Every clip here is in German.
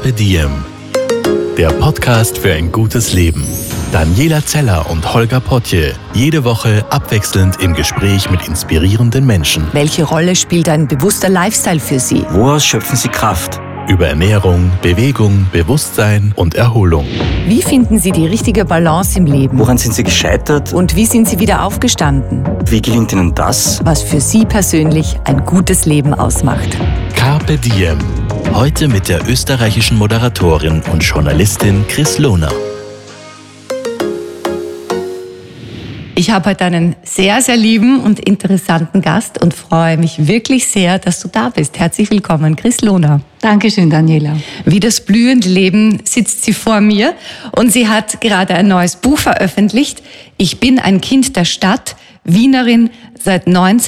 Carpe Diem, der Podcast für ein gutes Leben. Daniela Zeller und Holger Potje, jede Woche abwechselnd im Gespräch mit inspirierenden Menschen. Welche Rolle spielt ein bewusster Lifestyle für Sie? Woraus schöpfen Sie Kraft? Über Ernährung, Bewegung, Bewusstsein und Erholung. Wie finden Sie die richtige Balance im Leben? Woran sind Sie gescheitert? Und wie sind Sie wieder aufgestanden? Wie gelingt Ihnen das? Was für Sie persönlich ein gutes Leben ausmacht. Carpe Diem. Heute mit der österreichischen Moderatorin und Journalistin Chris Lohner. Ich habe heute einen sehr, sehr lieben und interessanten Gast und freue mich wirklich sehr, dass du da bist. Herzlich willkommen, Chris Lohner. Dankeschön, Daniela. Wie das blühende Leben sitzt sie vor mir und sie hat gerade ein neues Buch veröffentlicht. Ich bin ein Kind der Stadt, Wienerin seit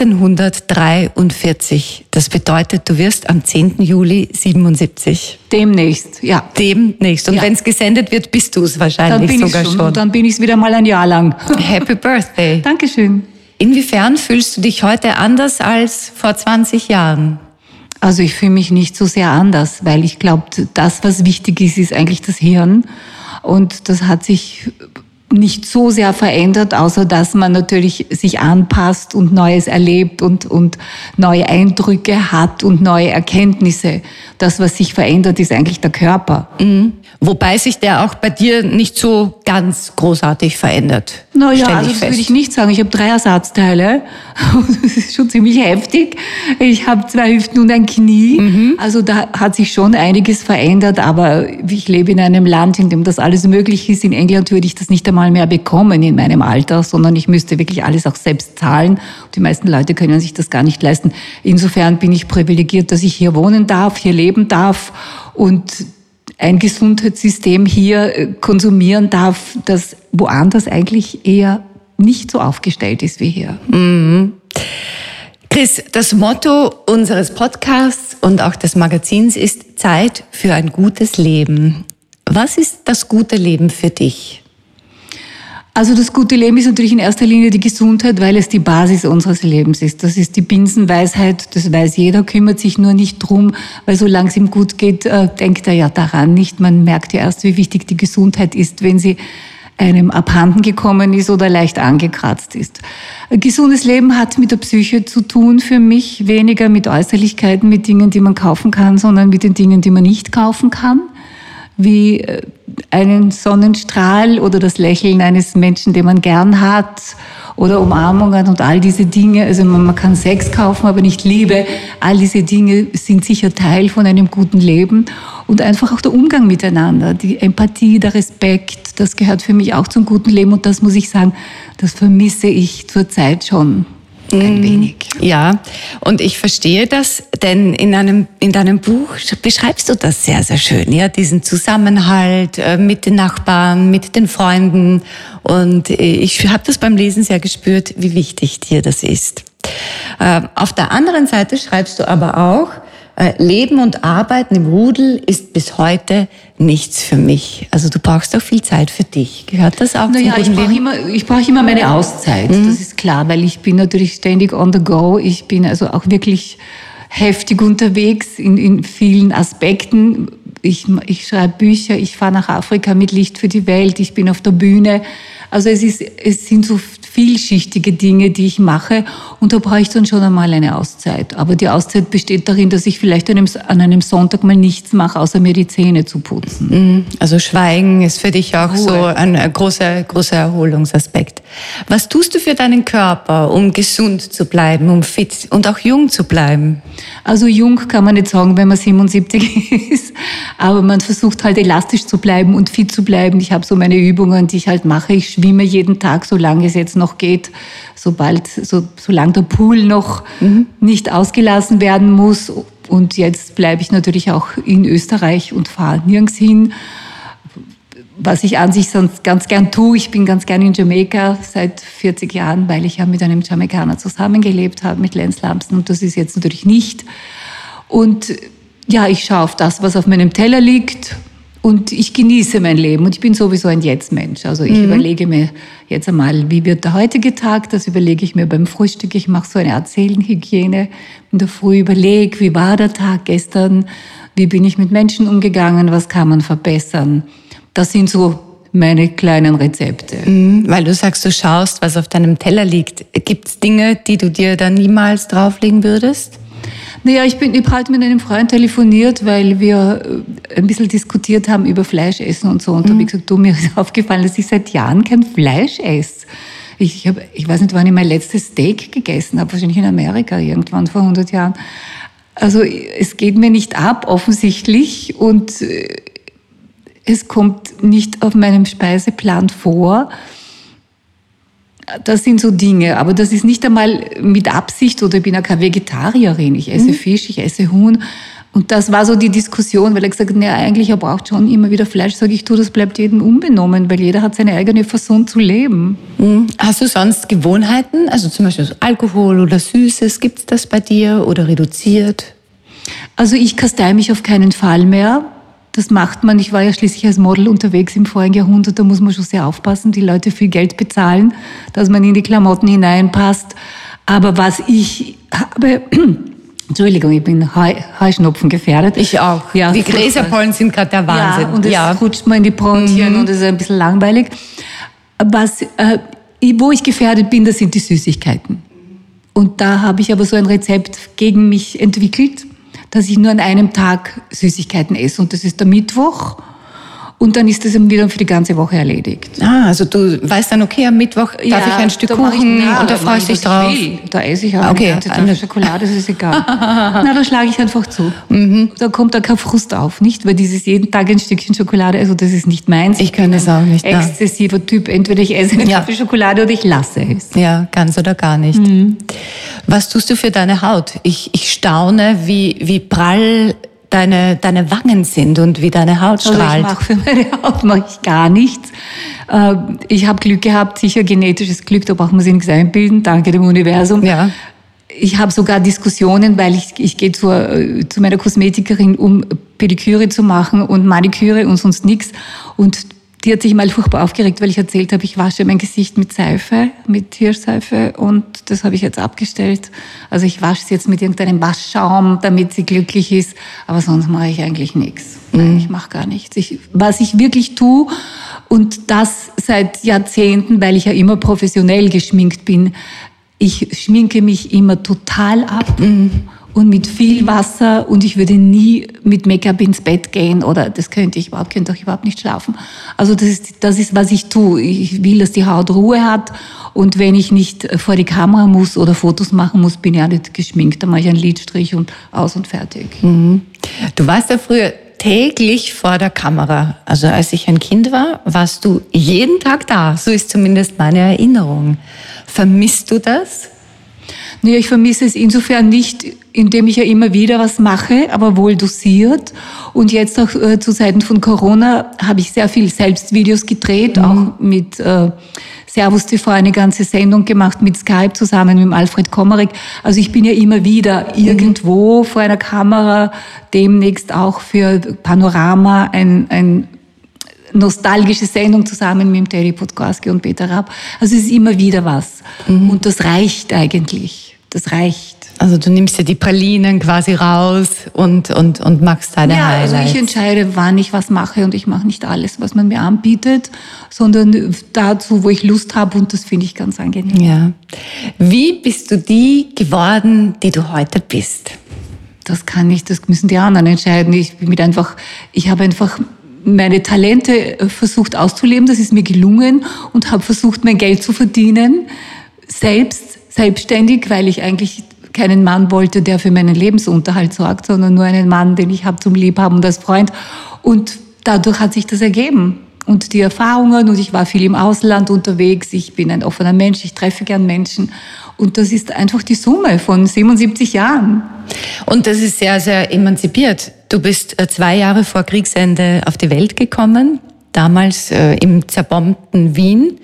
1943. Das bedeutet, du wirst am 10. Juli 77. Demnächst, ja. Demnächst. Und Ja. wenn es gesendet wird, bist du es wahrscheinlich Dann bin sogar ich schon. Und dann bin ich es wieder mal ein Jahr lang. Happy Birthday. Dankeschön. Inwiefern fühlst du dich heute anders als vor 20 Jahren? Also ich fühle mich nicht so sehr anders, weil ich glaube, das, was wichtig ist, ist eigentlich das Hirn. Und das hat sich nicht so sehr verändert, außer dass man natürlich sich anpasst und Neues erlebt und neue Eindrücke hat und neue Erkenntnisse. Das, was sich verändert, ist eigentlich der Körper. Mhm. Wobei sich der auch bei dir nicht so ganz großartig verändert. Naja, stell also ich das fest. würde ich nicht sagen. Ich habe 3 Ersatzteile. Das ist schon ziemlich heftig. Ich habe 2 Hüften und ein Knie. Also da hat sich schon einiges verändert. Aber ich lebe in einem Land, in dem das alles möglich ist. In England würde ich das nicht einmal mehr bekommen in meinem Alter, sondern ich müsste wirklich alles auch selbst zahlen. Die meisten Leute können sich das gar nicht leisten. Insofern bin ich privilegiert, dass ich hier wohnen darf, hier leben darf und ein Gesundheitssystem hier konsumieren darf, das woanders eigentlich eher nicht so aufgestellt ist wie hier. Chris, das Motto unseres Podcasts und auch des Magazins ist Zeit für ein gutes Leben. Was ist das gute Leben für dich? Also das gute Leben ist natürlich in erster Linie die Gesundheit, weil es die Basis unseres Lebens ist. Das ist die Binsenweisheit, das weiß jeder, kümmert sich nur nicht drum, weil solange es ihm gut geht, denkt er ja daran nicht. Man merkt ja erst, wie wichtig die Gesundheit ist, wenn sie einem abhanden gekommen ist oder leicht angekratzt ist. Ein gesundes Leben hat mit der Psyche zu tun für mich, weniger mit Äußerlichkeiten, mit Dingen, die man kaufen kann, sondern mit den Dingen, die man nicht kaufen kann, wie einen Sonnenstrahl oder das Lächeln eines Menschen, den man gern hat, oder Umarmungen und all diese Dinge. Also man kann Sex kaufen, aber nicht Liebe. All diese Dinge sind sicher Teil von einem guten Leben. Und einfach auch der Umgang miteinander, die Empathie, der Respekt, das gehört für mich auch zum guten Leben. Und das muss ich sagen, das vermisse ich zurzeit schon ein wenig. Ja, und ich verstehe das, denn in deinem Buch beschreibst du das sehr, sehr schön, ja, diesen Zusammenhalt mit den Nachbarn, mit den Freunden. Und ich habe das beim Lesen sehr gespürt, wie wichtig dir das ist. Auf der anderen Seite schreibst du aber auch, Leben und Arbeiten im Rudel ist bis heute nichts für mich. Also du brauchst auch viel Zeit für dich. Gehört das auch Naja, zum guten Leben? ich brauche immer meine Auszeit, das ist klar, weil ich bin natürlich ständig on the go. Ich bin also auch wirklich heftig unterwegs in vielen Aspekten. Ich schreibe Bücher, ich fahre nach Afrika mit Licht für die Welt, ich bin auf der Bühne. Also es sind so vielschichtige Dinge, die ich mache, und da brauche ich dann schon einmal eine Auszeit. Aber die Auszeit besteht darin, dass ich vielleicht an einem Sonntag mal nichts mache, außer mir die Zähne zu putzen. Also Schweigen ist für dich auch Ruhe. so ein großer Erholungsaspekt. Was tust du für deinen Körper, um gesund zu bleiben, um fit und auch jung zu bleiben? Also jung kann man nicht sagen, wenn man 77 ist, aber man versucht halt elastisch zu bleiben und fit zu bleiben. Ich habe so meine Übungen, die ich halt mache. Ich schwimme jeden Tag, solange es jetzt noch geht, solange der Pool noch nicht ausgelassen werden muss. Und jetzt bleibe ich natürlich auch in Österreich und fahre nirgends hin. Was ich an sich sonst ganz gern tue, ich bin ganz gern in Jamaika seit 40 Jahren, weil ich ja mit einem Jamaikaner zusammengelebt habe, mit Lance Lamson, und das ist jetzt natürlich nicht. Und ja, ich schaue auf das, was auf meinem Teller liegt, und ich genieße mein Leben, und ich bin sowieso ein Jetzt-Mensch. Also ich überlege mir jetzt einmal, wie wird der heutige Tag, das überlege ich mir beim Frühstück. Ich mache so eine Art Seelenhygiene. In der Früh überlege, wie war der Tag gestern, Wie bin ich mit Menschen umgegangen? Was kann man verbessern? Das sind so meine kleinen Rezepte. Weil du sagst, du schaust, was auf deinem Teller liegt. Gibt es Dinge, die du dir da niemals drauflegen würdest? Naja, ich habe heute mit einem Freund telefoniert, weil wir ein bisschen diskutiert haben über Fleischessen und so. Und da habe ich gesagt, mir ist aufgefallen, dass ich seit Jahren kein Fleisch esse. Ich weiß nicht, wann ich mein letztes Steak gegessen habe, wahrscheinlich in Amerika irgendwann vor 100 Jahren. Also es geht mir nicht ab, offensichtlich, und es kommt nicht auf meinem Speiseplan vor. Das sind so Dinge, aber das ist nicht einmal mit Absicht, oder ich bin ja keine Vegetarierin, ich esse Fisch, ich esse Huhn. Und das war so die Diskussion, weil er gesagt hat, nee, eigentlich, er braucht schon immer wieder Fleisch. Sag ich, das bleibt jedem unbenommen, weil jeder hat seine eigene Fasson zu leben. Hast du sonst Gewohnheiten, also zum Beispiel Alkohol oder Süßes, gibt es das bei dir oder reduziert? Also ich kastei mich auf keinen Fall mehr. Das macht man. Ich war ja schließlich als Model unterwegs im vorigen Jahrhundert. Da muss man schon sehr aufpassen, die Leute viel Geld bezahlen, dass man in die Klamotten hineinpasst. Aber was ich habe, Entschuldigung, ich bin Heuschnupfen gefährdet. Ich auch. Ja, die Gräserpollen sind gerade der Wahnsinn. Ja, und es rutscht mir in die Bronchien und es ist ein bisschen langweilig. Wo ich gefährdet bin, das sind die Süßigkeiten. Und da habe ich aber so ein Rezept gegen mich entwickelt, dass ich nur an einem Tag Süßigkeiten esse. Und das ist der Mittwoch. Und dann ist das wieder für die ganze Woche erledigt. Also du weißt dann, okay, am Mittwoch darf ich ein Stück Kuchen und da freue ich dich drauf. Da esse ich auch eine ganze Tafel Schokolade, das ist egal. Na, da schlage ich einfach zu. Da kommt da kein Frust auf, nicht? Weil dieses jeden Tag ein Stückchen Schokolade, also das ist nicht meins. Ich kann es auch nicht. Exzessiver Typ, entweder ich esse eine Tafel Schokolade oder ich lasse es. Ja, ganz oder gar nicht. Was tust du für deine Haut? Ich staune, wie prall deine Wangen sind und wie deine Haut strahlt. Also für meine Haut mache ich gar nichts. Ich habe Glück gehabt, sicher genetisches Glück, da braucht man sich nichts einbilden, danke dem Universum. Ja. Ich habe sogar Diskussionen, weil ich gehe zu meiner Kosmetikerin, um Pediküre zu machen und Maniküre und sonst nichts. Und die hat sich mal furchtbar aufgeregt, weil ich erzählt habe, ich wasche mein Gesicht mit Seife, mit Tierseife, und das habe ich jetzt abgestellt. Also ich wasche es jetzt mit irgendeinem Waschschaum, damit sie glücklich ist, aber sonst mache ich eigentlich nichts. Nein, ich mache gar nichts. Was ich wirklich tue, und das seit Jahrzehnten, weil ich ja immer professionell geschminkt bin, ich schminke mich immer total ab. Und mit viel Wasser, und ich würde nie mit Make-up ins Bett gehen, oder das könnte ich überhaupt nicht schlafen. Also das ist, was ich tue. Ich will, dass die Haut Ruhe hat, und wenn ich nicht vor die Kamera muss oder Fotos machen muss, bin ich auch nicht geschminkt. Dann mache ich einen Lidstrich und aus und fertig. Du warst ja früher täglich vor der Kamera. Also als ich ein Kind war, warst du jeden Tag da. So ist zumindest meine Erinnerung. Vermisst du das? Nee, ich vermisse es insofern nicht, indem ich ja immer wieder was mache, aber wohl dosiert. Und jetzt auch zu Zeiten von Corona habe ich sehr viel Selbstvideos gedreht, auch mit Servus TV eine ganze Sendung gemacht mit Skype zusammen mit Alfred Komarek. Also ich bin ja immer wieder irgendwo vor einer Kamera, demnächst auch für Panorama ein nostalgische Sendung zusammen mit Teddy Podgorski und Peter Raab. Also es ist immer wieder was. Und das reicht eigentlich. Das reicht. Also du nimmst ja die Pralinen quasi raus und machst deine Highlights. Ja, also ich entscheide, wann ich was mache, und ich mache nicht alles, was man mir anbietet, sondern dazu, wo ich Lust habe, und das finde ich ganz angenehm. Ja. Wie bist du die geworden, die du heute bist? Das müssen die anderen entscheiden. Ich habe einfach meine Talente versucht auszuleben, das ist mir gelungen, und habe versucht, mein Geld zu verdienen, selbstständig, weil ich eigentlich keinen Mann wollte, der für meinen Lebensunterhalt sorgt, sondern nur einen Mann, den ich habe zum Liebhaben und als Freund. Und dadurch hat sich das ergeben. Und die Erfahrungen, und ich war viel im Ausland unterwegs, ich bin ein offener Mensch, ich treffe gern Menschen. Und das ist einfach die Summe von 77 Jahren. Und das ist sehr, sehr emanzipiert. Du bist 2 Jahre vor Kriegsende auf die Welt gekommen, damals im zerbombten Wien.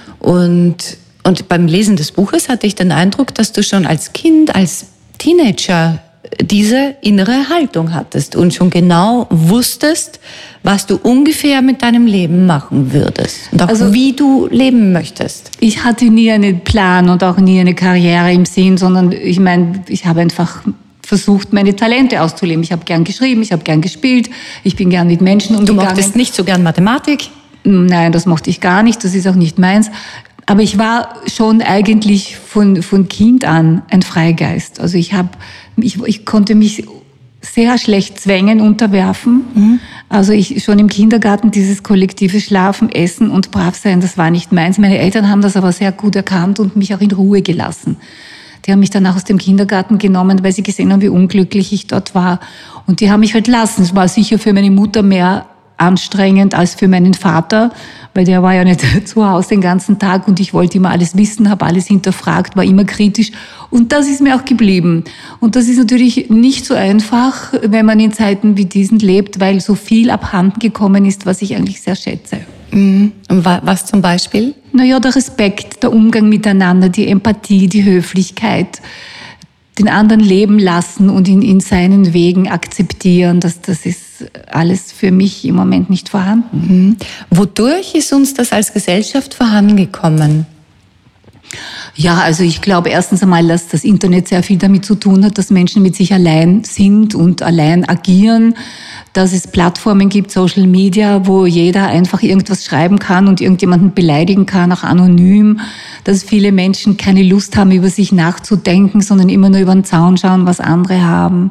Und beim Lesen des Buches hatte ich den Eindruck, dass du schon als Kind, als Teenager diese innere Haltung hattest und schon genau wusstest, was du ungefähr mit deinem Leben machen würdest und auch wie du leben möchtest. Ich hatte nie einen Plan und auch nie eine Karriere im Sinn, sondern ich habe einfach versucht, meine Talente auszuleben. Ich habe gern geschrieben, ich habe gern gespielt, ich bin gern mit Menschen umgegangen. Du mochtest nicht so gern Mathematik? Nein, das mochte ich gar nicht, das ist auch nicht meins. Aber ich war schon eigentlich von Kind an ein Freigeist. Also ich konnte mich sehr schlecht Zwängen unterwerfen. Also schon im Kindergarten dieses kollektive Schlafen, Essen und Bravsein, das war nicht meins. Meine Eltern haben das aber sehr gut erkannt und mich auch in Ruhe gelassen. Die haben mich danach aus dem Kindergarten genommen, weil sie gesehen haben, wie unglücklich ich dort war. Und die haben mich halt lassen. Es war sicher für meine Mutter mehr anstrengend als für meinen Vater, weil der war ja nicht zu Hause den ganzen Tag und ich wollte immer alles wissen, habe alles hinterfragt, war immer kritisch und das ist mir auch geblieben. Und das ist natürlich nicht so einfach, wenn man in Zeiten wie diesen lebt, weil so viel abhanden gekommen ist, was ich eigentlich sehr schätze. Und was zum Beispiel? Naja, der Respekt, der Umgang miteinander, die Empathie, die Höflichkeit, den anderen leben lassen und ihn in seinen Wegen akzeptieren, das ist alles für mich im Moment nicht vorhanden. Wodurch ist uns das als Gesellschaft vorangekommen? Ja, also ich glaube erstens einmal, dass das Internet sehr viel damit zu tun hat, dass Menschen mit sich allein sind und allein agieren, dass es Plattformen gibt, Social Media, wo jeder einfach irgendwas schreiben kann und irgendjemanden beleidigen kann, auch anonym, dass viele Menschen keine Lust haben, über sich nachzudenken, sondern immer nur über den Zaun schauen, was andere haben.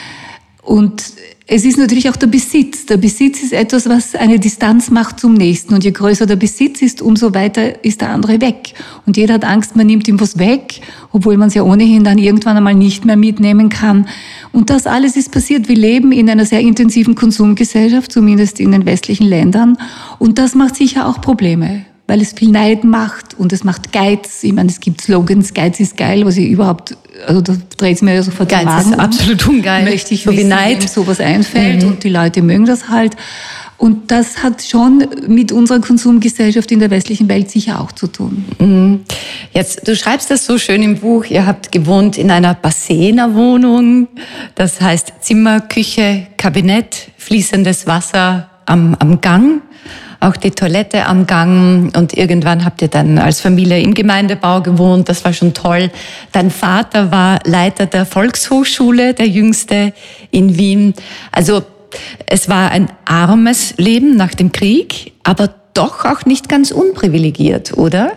Und es ist natürlich auch der Besitz. Der Besitz ist etwas, was eine Distanz macht zum Nächsten. Und je größer der Besitz ist, umso weiter ist der andere weg. Und jeder hat Angst, man nimmt ihm was weg, obwohl man es ja ohnehin dann irgendwann einmal nicht mehr mitnehmen kann. Und das alles ist passiert. Wir leben in einer sehr intensiven Konsumgesellschaft, zumindest in den westlichen Ländern. Und das macht sicher auch Probleme, weil es viel Neid macht und es macht Geiz. Ich meine, es gibt Slogans, Geiz ist geil, was ich überhaupt, also da dreht es mir ja sofort den Magen. Geiz ist absolut ungeil. Möchte ich so wissen, wie Neid. wem sowas einfällt und die Leute mögen das halt. Und das hat schon mit unserer Konsumgesellschaft in der westlichen Welt sicher auch zu tun. Jetzt, du schreibst das so schön im Buch, ihr habt gewohnt in einer Bassener-Wohnung, das heißt Zimmer, Küche, Kabinett, fließendes Wasser am Gang. Auch die Toilette am Gang und irgendwann habt ihr dann als Familie im Gemeindebau gewohnt, das war schon toll. Dein Vater war Leiter der Volkshochschule, der jüngste in Wien. Also es war ein armes Leben nach dem Krieg, aber doch auch nicht ganz unprivilegiert, oder?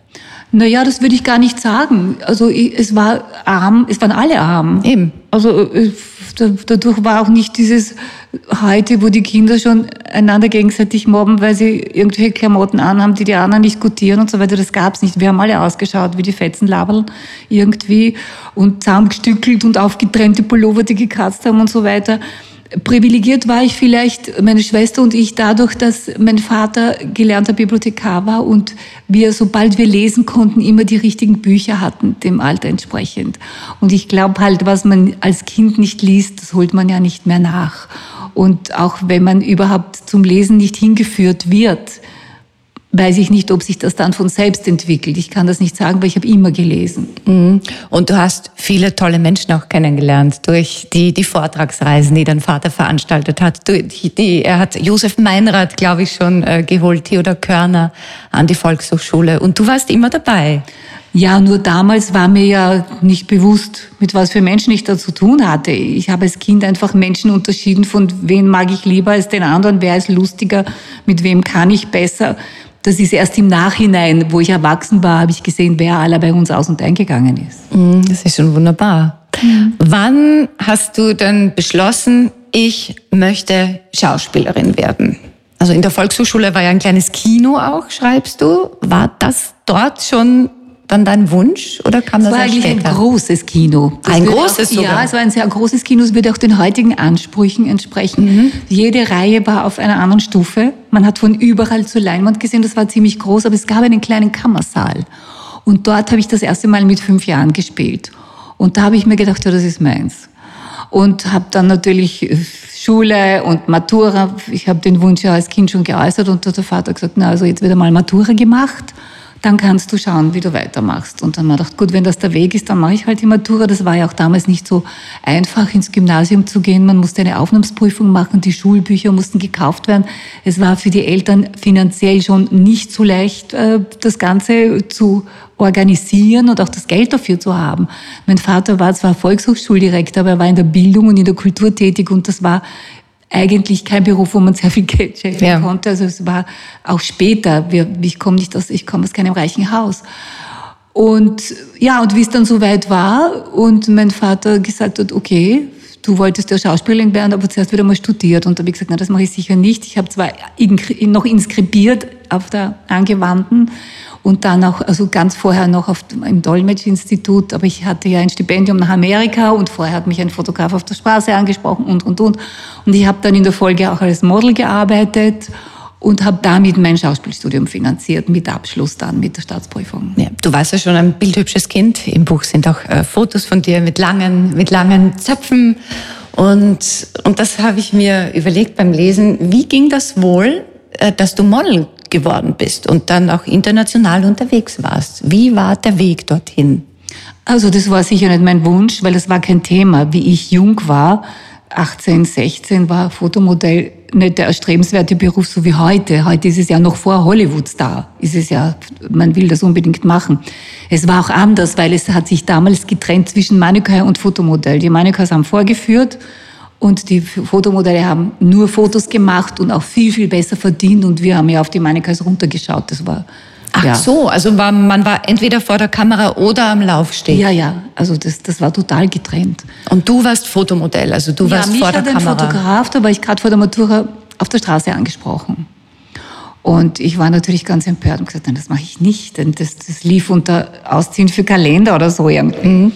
Naja, das würde ich gar nicht sagen. Also es war arm, es waren alle arm. Eben. Also dadurch war auch nicht dieses heute, wo die Kinder schon einander gegenseitig mobben, weil sie irgendwelche Klamotten anhaben, die anderen nicht gutieren und so weiter. Das gab's nicht. Wir haben alle ausgeschaut wie die Fetzenlaberl irgendwie und zusammengestückelt und aufgetrennte Pullover, die gekratzt haben und so weiter. Privilegiert war ich vielleicht, meine Schwester und ich, dadurch, dass mein Vater gelernter Bibliothekar war und wir, sobald wir lesen konnten, immer die richtigen Bücher hatten, dem Alter entsprechend. Und ich glaube halt, was man als Kind nicht liest, das holt man ja nicht mehr nach. Und auch wenn man überhaupt zum Lesen nicht hingeführt wird, weiß ich nicht, ob sich das dann von selbst entwickelt. Ich kann das nicht sagen, weil ich habe immer gelesen. Und du hast viele tolle Menschen auch kennengelernt durch die Vortragsreisen, die dein Vater veranstaltet hat. Er hat Josef Meinrad, glaube ich, schon geholt, Theodor Körner an die Volkshochschule. Und du warst immer dabei. Ja, nur damals war mir ja nicht bewusst, mit was für Menschen ich da zu tun hatte. Ich habe als Kind einfach Menschen unterschieden, von wen mag ich lieber als den anderen, wer ist lustiger, mit wem kann ich besser. Das ist erst im Nachhinein, wo ich erwachsen war, habe ich gesehen, wer aller bei uns aus- und eingegangen ist. Das ist schon wunderbar. Wann hast du dann beschlossen, ich möchte Schauspielerin werden? Also in der Volkshochschule war ja ein kleines Kino auch, schreibst du. War das dort schon dann dein Wunsch oder kam das war erst eigentlich später? ein großes Kino. Ein großes sogar? Ja, es war ein sehr großes Kino. Es würde auch den heutigen Ansprüchen entsprechen. Jede Reihe war auf einer anderen Stufe. Man hat von überall zur Leinwand gesehen. Das war ziemlich groß, aber es gab einen kleinen Kammersaal. Und dort habe ich das erste Mal mit 5 Jahren gespielt. Und da habe ich mir gedacht, ja, das ist meins. Und habe dann natürlich Schule und Matura. Ich habe den Wunsch ja als Kind schon geäußert und hat der Vater gesagt, na, also jetzt wird einmal Matura gemacht. dann kannst du schauen, wie du weitermachst. Und dann habe ich gedacht, gut, wenn das der Weg ist, dann mache ich halt die Matura. Das war ja auch damals nicht so einfach, ins Gymnasium zu gehen. Man musste eine Aufnahmeprüfung machen, die Schulbücher mussten gekauft werden. Es war für die Eltern finanziell schon nicht so leicht, das Ganze zu organisieren und auch das Geld dafür zu haben. Mein Vater war zwar Volkshochschuldirektor, aber er war in der Bildung und in der Kultur tätig und das war eigentlich kein Beruf, wo man sehr viel Geld schenken konnte. Also es war auch später. Ich komme aus keinem reichen Haus. Und ja, und wie es dann soweit war und mein Vater gesagt hat, okay, du wolltest ja Schauspielerin werden, aber zuerst wieder mal studiert. Und da habe ich gesagt, na, das mache ich sicher nicht. Ich habe zwar noch inskribiert auf der Angewandten und dann auch, also ganz vorher noch im Dolmetschinstitut, aber ich hatte ja ein Stipendium nach Amerika und vorher hat mich ein Fotograf auf der Straße angesprochen und. Und ich habe dann in der Folge auch als Model gearbeitet und habe damit mein Schauspielstudium finanziert, mit Abschluss dann, mit der Staatsprüfung. Ja, du warst ja schon ein bildhübsches Kind. Im Buch sind auch Fotos von dir mit langen Zöpfen. Und das habe ich mir überlegt beim Lesen. Wie ging das wohl, dass du Model geworden bist und dann auch international unterwegs warst? Wie war der Weg dorthin? Also das war sicher nicht mein Wunsch, weil das war kein Thema. Wie ich jung war, 18, 16, war Fotomodell nicht der erstrebenswerte Beruf, so wie heute. Heute ist es ja noch vor Hollywood-Star. Man will das unbedingt machen. Es war auch anders, weil es hat sich damals getrennt zwischen Mannequin und Fotomodell. Die Mannequins haben vorgeführt und die Fotomodelle haben nur Fotos gemacht und auch viel, viel besser verdient. Und wir haben ja auf die Mannequins runtergeschaut. Das war... Ach so, also man war entweder vor der Kamera oder am Laufsteg. Ja, also das war total getrennt. Und du warst Fotomodell, also du warst vor der Kamera. Ja, mich hat ein Fotograf, da war ich gerade vor der Matura auf der Straße angesprochen. Und ich war natürlich ganz empört und gesagt, nein, das mache ich nicht, denn das lief unter Ausziehen für Kalender oder so irgendwie. Mhm.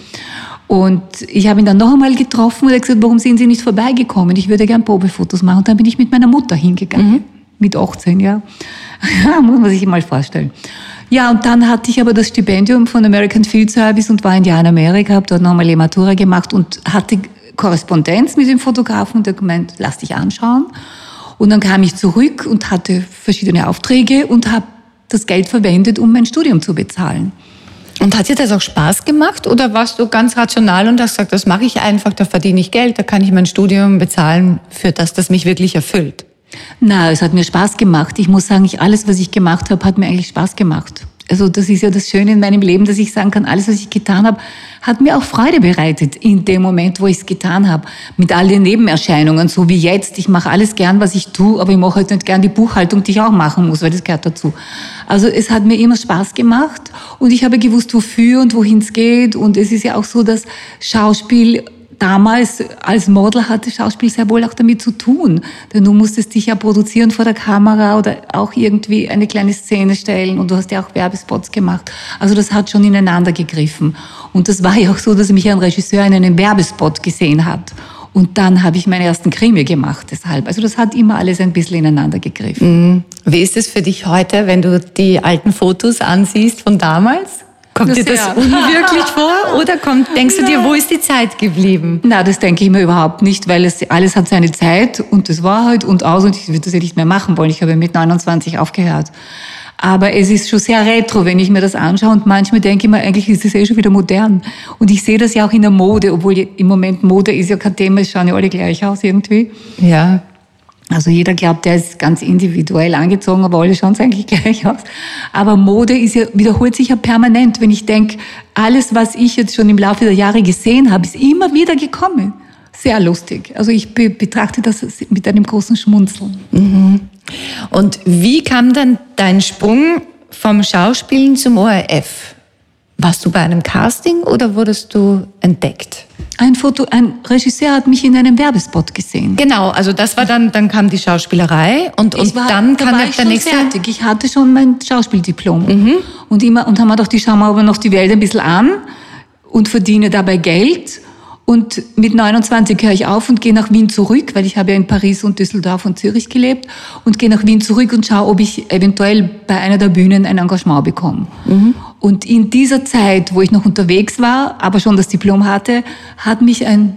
Und ich habe ihn dann noch einmal getroffen und er hat gesagt, warum sind Sie nicht vorbeigekommen? Ich würde gern Probefotos machen. Und dann bin ich mit meiner Mutter hingegangen, mit 18, ja. Ja, muss man sich mal vorstellen. Ja, und dann hatte ich aber das Stipendium von American Field Service und war ein Jahr in Amerika, habe dort nochmal die Matura gemacht und hatte Korrespondenz mit dem Fotografen und der gemeint, lass dich anschauen. Und dann kam ich zurück und hatte verschiedene Aufträge und habe das Geld verwendet, um mein Studium zu bezahlen. Und hat dir das auch Spaß gemacht oder warst du ganz rational und hast gesagt, das mache ich einfach, da verdiene ich Geld, da kann ich mein Studium bezahlen, für das mich wirklich erfüllt? Na, es hat mir Spaß gemacht. Ich muss sagen, alles, was ich gemacht habe, hat mir eigentlich Spaß gemacht. Also das ist ja das Schöne in meinem Leben, dass ich sagen kann, alles, was ich getan habe, hat mir auch Freude bereitet in dem Moment, wo ich es getan habe. Mit all den Nebenerscheinungen, so wie jetzt. Ich mache alles gern, was ich tue, aber ich mache halt nicht gern die Buchhaltung, die ich auch machen muss, weil das gehört dazu. Also es hat mir immer Spaß gemacht und ich habe gewusst, wofür und wohin es geht. Und es ist ja auch so, dass Schauspiel damals als Model hatte Schauspiel sehr wohl auch damit zu tun. Denn du musstest dich ja produzieren vor der Kamera oder auch irgendwie eine kleine Szene stellen und du hast ja auch Werbespots gemacht. Also das hat schon ineinander gegriffen. Und das war ja auch so, dass mich ein Regisseur in einem Werbespot gesehen hat. Und dann habe ich meinen ersten Krimi gemacht deshalb. Also das hat immer alles ein bisschen ineinander gegriffen. Wie ist es für dich heute, wenn du die alten Fotos ansiehst von damals? Kommt dir das unwirklich vor oder denkst du dir, wo ist die Zeit geblieben? Na, das denke ich mir überhaupt nicht, weil alles hat seine Zeit und das war halt und aus und ich würde das ja nicht mehr machen wollen. Ich habe mit 29 aufgehört. Aber es ist schon sehr retro, wenn ich mir das anschaue und manchmal denke ich mir, eigentlich ist das schon wieder modern. Und ich sehe das ja auch in der Mode, obwohl im Moment Mode ist ja kein Thema, es schauen ja alle gleich aus irgendwie. Ja. Also jeder glaubt, der ist ganz individuell angezogen, aber alle schauen eigentlich gleich aus. Aber Mode wiederholt sich ja permanent. Wenn ich denke, alles, was ich jetzt schon im Laufe der Jahre gesehen habe, ist immer wieder gekommen. Sehr lustig. Also ich betrachte das mit einem großen Schmunzeln. Mhm. Und wie kam dann dein Sprung vom Schauspielen zum ORF? Warst du bei einem Casting oder wurdest du entdeckt? Ein Regisseur hat mich in einem Werbespot gesehen. Genau, also das war dann kam die Schauspielerei und dann kam der nächste. Fertig. Ich hatte schon mein Schauspieldiplom und haben wir gedacht, ich schaue mir aber noch die Welt ein bisschen an und verdiene dabei Geld. Und mit 29 höre ich auf und gehe nach Wien zurück, weil ich habe ja in Paris und Düsseldorf und Zürich gelebt und gehe nach Wien zurück und schaue, ob ich eventuell bei einer der Bühnen ein Engagement bekomme. Und in dieser Zeit, wo ich noch unterwegs war, aber schon das Diplom hatte, hat mich ein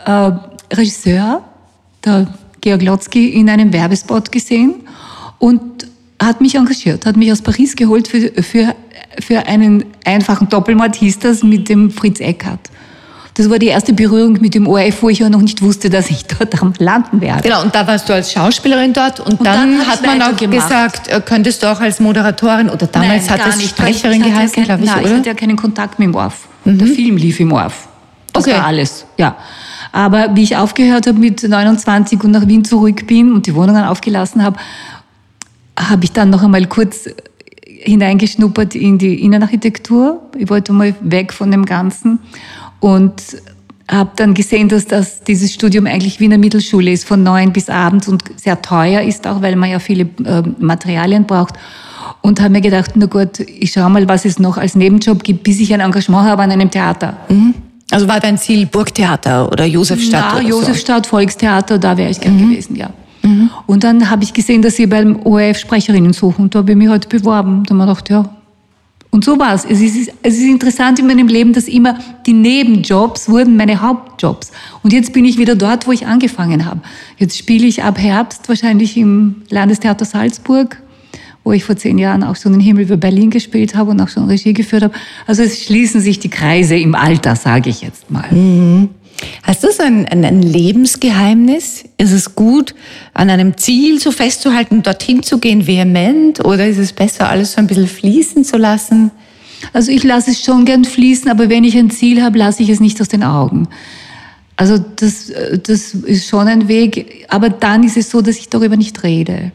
Regisseur, der Georg Lotzky, in einem Werbespot gesehen und hat mich engagiert, hat mich aus Paris geholt für für einen einfachen Doppelmord hieß das mit dem Fritz Eckhardt. Das war die erste Berührung mit dem ORF, wo ich ja noch nicht wusste, dass ich dort landen werde. Genau, und da warst du als Schauspielerin dort und dann hat man auch gesagt, könntest du auch als Moderatorin oder damals hat es Sprecherin geheißen, glaube ich, oder? Ich hatte ja keinen Kontakt mit dem ORF. Der Film lief im ORF. Das war alles, ja. Aber wie ich aufgehört habe mit 29 und nach Wien zurück bin und die Wohnungen aufgelassen habe, habe ich dann noch einmal kurz hineingeschnuppert in die Innenarchitektur. Ich wollte mal weg von dem Ganzen. Und habe dann gesehen, dass dieses Studium eigentlich wie eine Mittelschule ist, von 9 bis abends und sehr teuer ist auch, weil man ja viele Materialien braucht. Und habe mir gedacht, na gut, ich schaue mal, was es noch als Nebenjob gibt, bis ich ein Engagement habe an einem Theater. Mhm. Also war dein Ziel Burgtheater oder Josefstadt? Ja, Josefstadt, so. Volkstheater, da wäre ich gern gewesen, ja. Mhm. Und dann habe ich gesehen, dass sie beim ORF Sprecherinnen suchen und da habe ich mich heute beworben. Da habe ich mir gedacht, ja. Und so war es. Es ist interessant in meinem Leben, dass immer die Nebenjobs wurden meine Hauptjobs. Und jetzt bin ich wieder dort, wo ich angefangen habe. Jetzt spiele ich ab Herbst wahrscheinlich im Landestheater Salzburg, wo ich vor 10 Jahren auch schon den Himmel über Berlin gespielt habe und auch schon Regie geführt habe. Also es schließen sich die Kreise im Alter, sage ich jetzt mal. Mhm. Hast du so ein Lebensgeheimnis? Ist es gut, an einem Ziel so festzuhalten, dorthin zu gehen, vehement? Oder ist es besser, alles so ein bisschen fließen zu lassen? Also ich lasse es schon gern fließen, aber wenn ich ein Ziel habe, lasse ich es nicht aus den Augen. Also das ist schon ein Weg, aber dann ist es so, dass ich darüber nicht rede.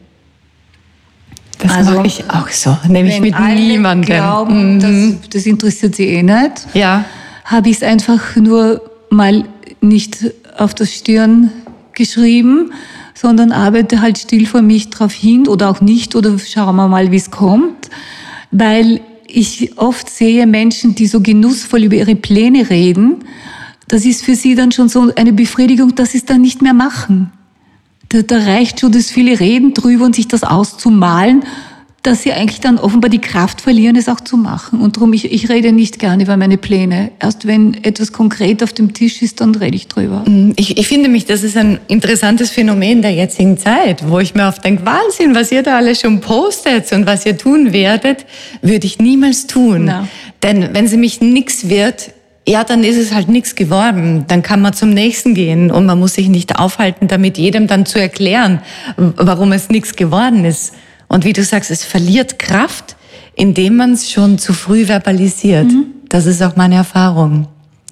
Das mache ich auch so, nämlich mit niemandem. Glauben, das interessiert sie eh nicht. Ja. Habe ich es einfach nur mal nicht auf der Stirn geschrieben, sondern arbeite halt still vor mich drauf hin oder auch nicht oder schauen wir mal, wie es kommt. Weil ich oft sehe Menschen, die so genussvoll über ihre Pläne reden, das ist für sie dann schon so eine Befriedigung, dass sie es dann nicht mehr machen. Da reicht schon das viele Reden drüber und sich das auszumalen, dass sie eigentlich dann offenbar die Kraft verlieren, es auch zu machen. Und darum, ich rede nicht gerne über meine Pläne. Erst wenn etwas konkret auf dem Tisch ist, dann rede ich drüber. Ich finde mich, das ist ein interessantes Phänomen der jetzigen Zeit, wo ich mir oft denke, Wahnsinn, was ihr da alles schon postet und was ihr tun werdet, würde ich niemals tun. No. Denn wenn sie mich nix wird, ja, dann ist es halt nichts geworden. Dann kann man zum nächsten gehen und man muss sich nicht aufhalten, damit jedem dann zu erklären, warum es nichts geworden ist. Und wie du sagst, es verliert Kraft, indem man es schon zu früh verbalisiert. Das ist auch meine Erfahrung.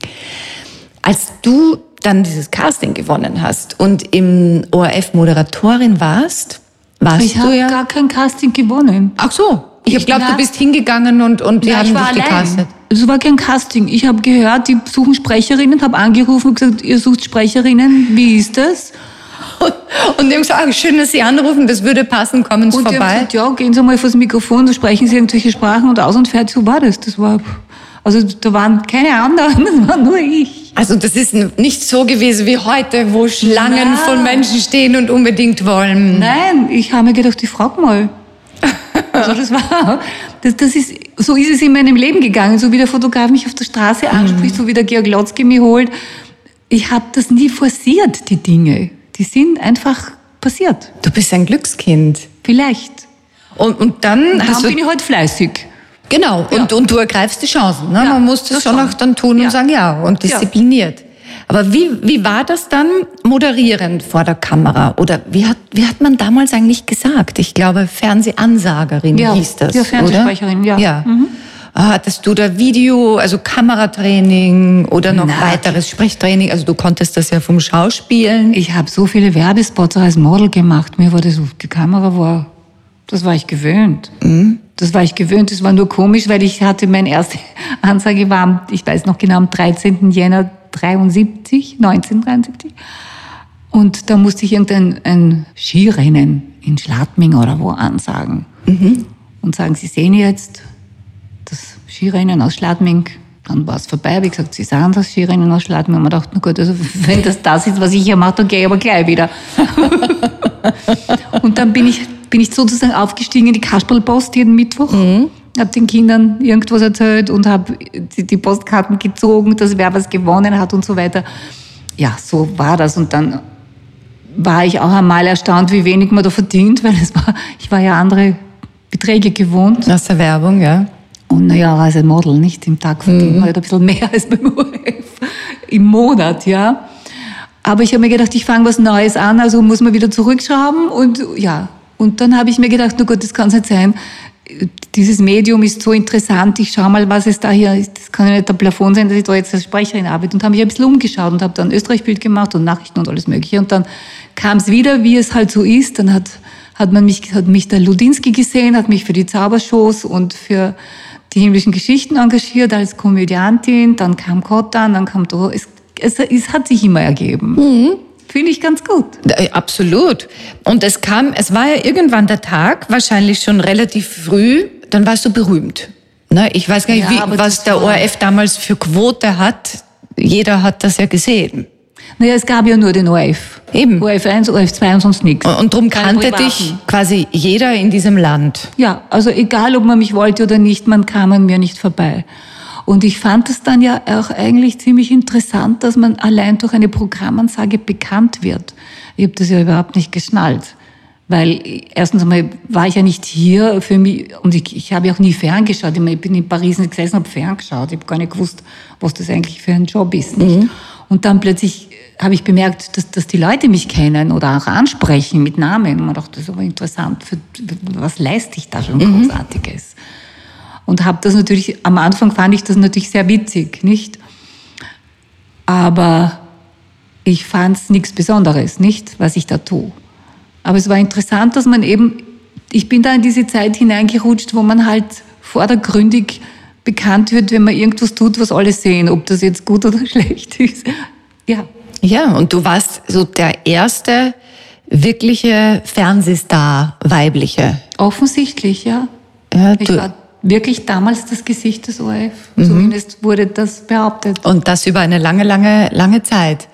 Als du dann dieses Casting gewonnen hast und im ORF Moderatorin warst du ja... Ich habe gar kein Casting gewonnen. Ach so. Ich glaube, du bist hingegangen und die haben dich gecastet. Es war kein Casting. Ich habe gehört, die suchen Sprecherinnen, habe angerufen und gesagt, ihr sucht Sprecherinnen, wie ist das? Und die haben gesagt, schön, dass Sie anrufen, das würde passen, kommen Sie vorbei. Und die haben gesagt, ja, gehen Sie mal vor das Mikrofon, da sprechen Sie irgendwelche Sprachen und aus und fertig, so war das. Also da waren keine anderen, das war nur ich. Also das ist nicht so gewesen wie heute, wo Schlangen von Menschen stehen und unbedingt wollen. Nein, ich habe mir gedacht, ich frage mal. Also so ist es in meinem Leben gegangen, so wie der Fotograf mich auf der Straße anspricht, so wie der Georg Lotzky mich holt. Ich habe das nie forciert, die Dinge. Die sind einfach passiert. Du bist ein Glückskind. Vielleicht. Und dann bin ich halt fleißig. Genau, ja. Und du ergreifst die Chancen. Ne? Ja, man muss das schon auch dann tun und sagen ja und diszipliniert. Ja. Aber wie war das dann moderierend vor der Kamera? Oder wie hat man damals eigentlich gesagt? Ich glaube, Fernsehansagerin hieß das, ja, Fernsehsprecherin, oder? Ja. Hattest du da Video, also Kameratraining oder noch weiteres Sprechtraining? Also du konntest das ja vom Schauspielen. Ich habe so viele Werbespots als Model gemacht. Mir war das, die Kamera war, das war ich gewöhnt. Das war ich gewöhnt. Das war nur komisch, weil ich hatte, meine erste Ansage war, ich weiß noch genau, am 13. Jänner 1973. Und da musste ich irgendein Skirennen in Schladming oder wo ansagen. Und sagen, Sie sehen jetzt das Skirennen aus Schladming. Dann war es vorbei, habe ich gesagt, Sie sahen das Skirennen aus Schladming. Und man dachte, na gut, also wenn das ist, was ich hier mache, dann gehe ich aber gleich wieder. Und dann bin ich sozusagen aufgestiegen in die Kasperlpost jeden Mittwoch. Habe den Kindern irgendwas erzählt und habe die Postkarten gezogen, dass wer was gewonnen hat und so weiter. Ja, so war das. Und dann war ich auch einmal erstaunt, wie wenig man da verdient, weil ich war ja andere Beträge gewohnt. Aus der Werbung, ja. Und naja, als ein Model, nicht im Tag verdient man halt ein bisschen mehr als beim ORF im Monat, ja. Aber ich habe mir gedacht, ich fange was Neues an, also muss man wieder zurückschrauben und ja. Und dann habe ich mir gedacht, na gut, das kann es nicht sein. Dieses Medium ist so interessant, ich schaue mal, was es da hier ist. Das kann ja nicht der Plafond sein, dass ich da jetzt als Sprecherin arbeite. Und habe mich ein bisschen umgeschaut und habe dann Österreich-Bild gemacht und Nachrichten und alles Mögliche. Und dann kam es wieder, wie es halt so ist. Dann hat mich der Ludinsky gesehen, hat mich für die Zaubershows und für die himmlischen Geschichten engagiert als Komödiantin. Dann kam Kottan, dann kam es hat sich immer ergeben. Finde ich ganz gut. Absolut. Und es war ja irgendwann der Tag, wahrscheinlich schon relativ früh, dann warst du berühmt. Ne? Ich weiß gar nicht, was der ORF damals für Quote hat. Jeder hat das ja gesehen. Naja, es gab ja nur den ORF. Eben. ORF 1, ORF 2 und sonst nichts. Und darum kannte dich quasi jeder in diesem Land. Ja, also egal, ob man mich wollte oder nicht, man kam an mir nicht vorbei. Und ich fand es dann ja auch eigentlich ziemlich interessant, dass man allein durch eine Programmansage bekannt wird. Ich habe das ja überhaupt nicht geschnallt. Weil erstens einmal war ich ja nicht hier für mich und ich habe ja auch nie ferngeschaut. Ich bin in Paris nicht gesessen und habe ferngeschaut. Ich habe gar nicht gewusst, was das eigentlich für ein Job ist. Nicht? Und dann plötzlich habe ich bemerkt, dass die Leute mich kennen oder auch ansprechen mit Namen. Und man dachte, das ist aber interessant. Was leiste ich da schon Großartiges? Und habe das natürlich, am Anfang fand ich das natürlich sehr witzig, nicht? Aber ich fand es nichts Besonderes, nicht, was ich da tue. Aber es war interessant, dass man eben, ich bin da in diese Zeit hineingerutscht, wo man halt vordergründig bekannt wird, wenn man irgendwas tut, was alle sehen, ob das jetzt gut oder schlecht ist. Ja. Ja, und du warst so der erste wirkliche Fernsehstar, weibliche. Offensichtlich, ja. Ich war wirklich damals das Gesicht des ORF. Zumindest wurde das behauptet. Und das über eine lange, lange, lange Zeit.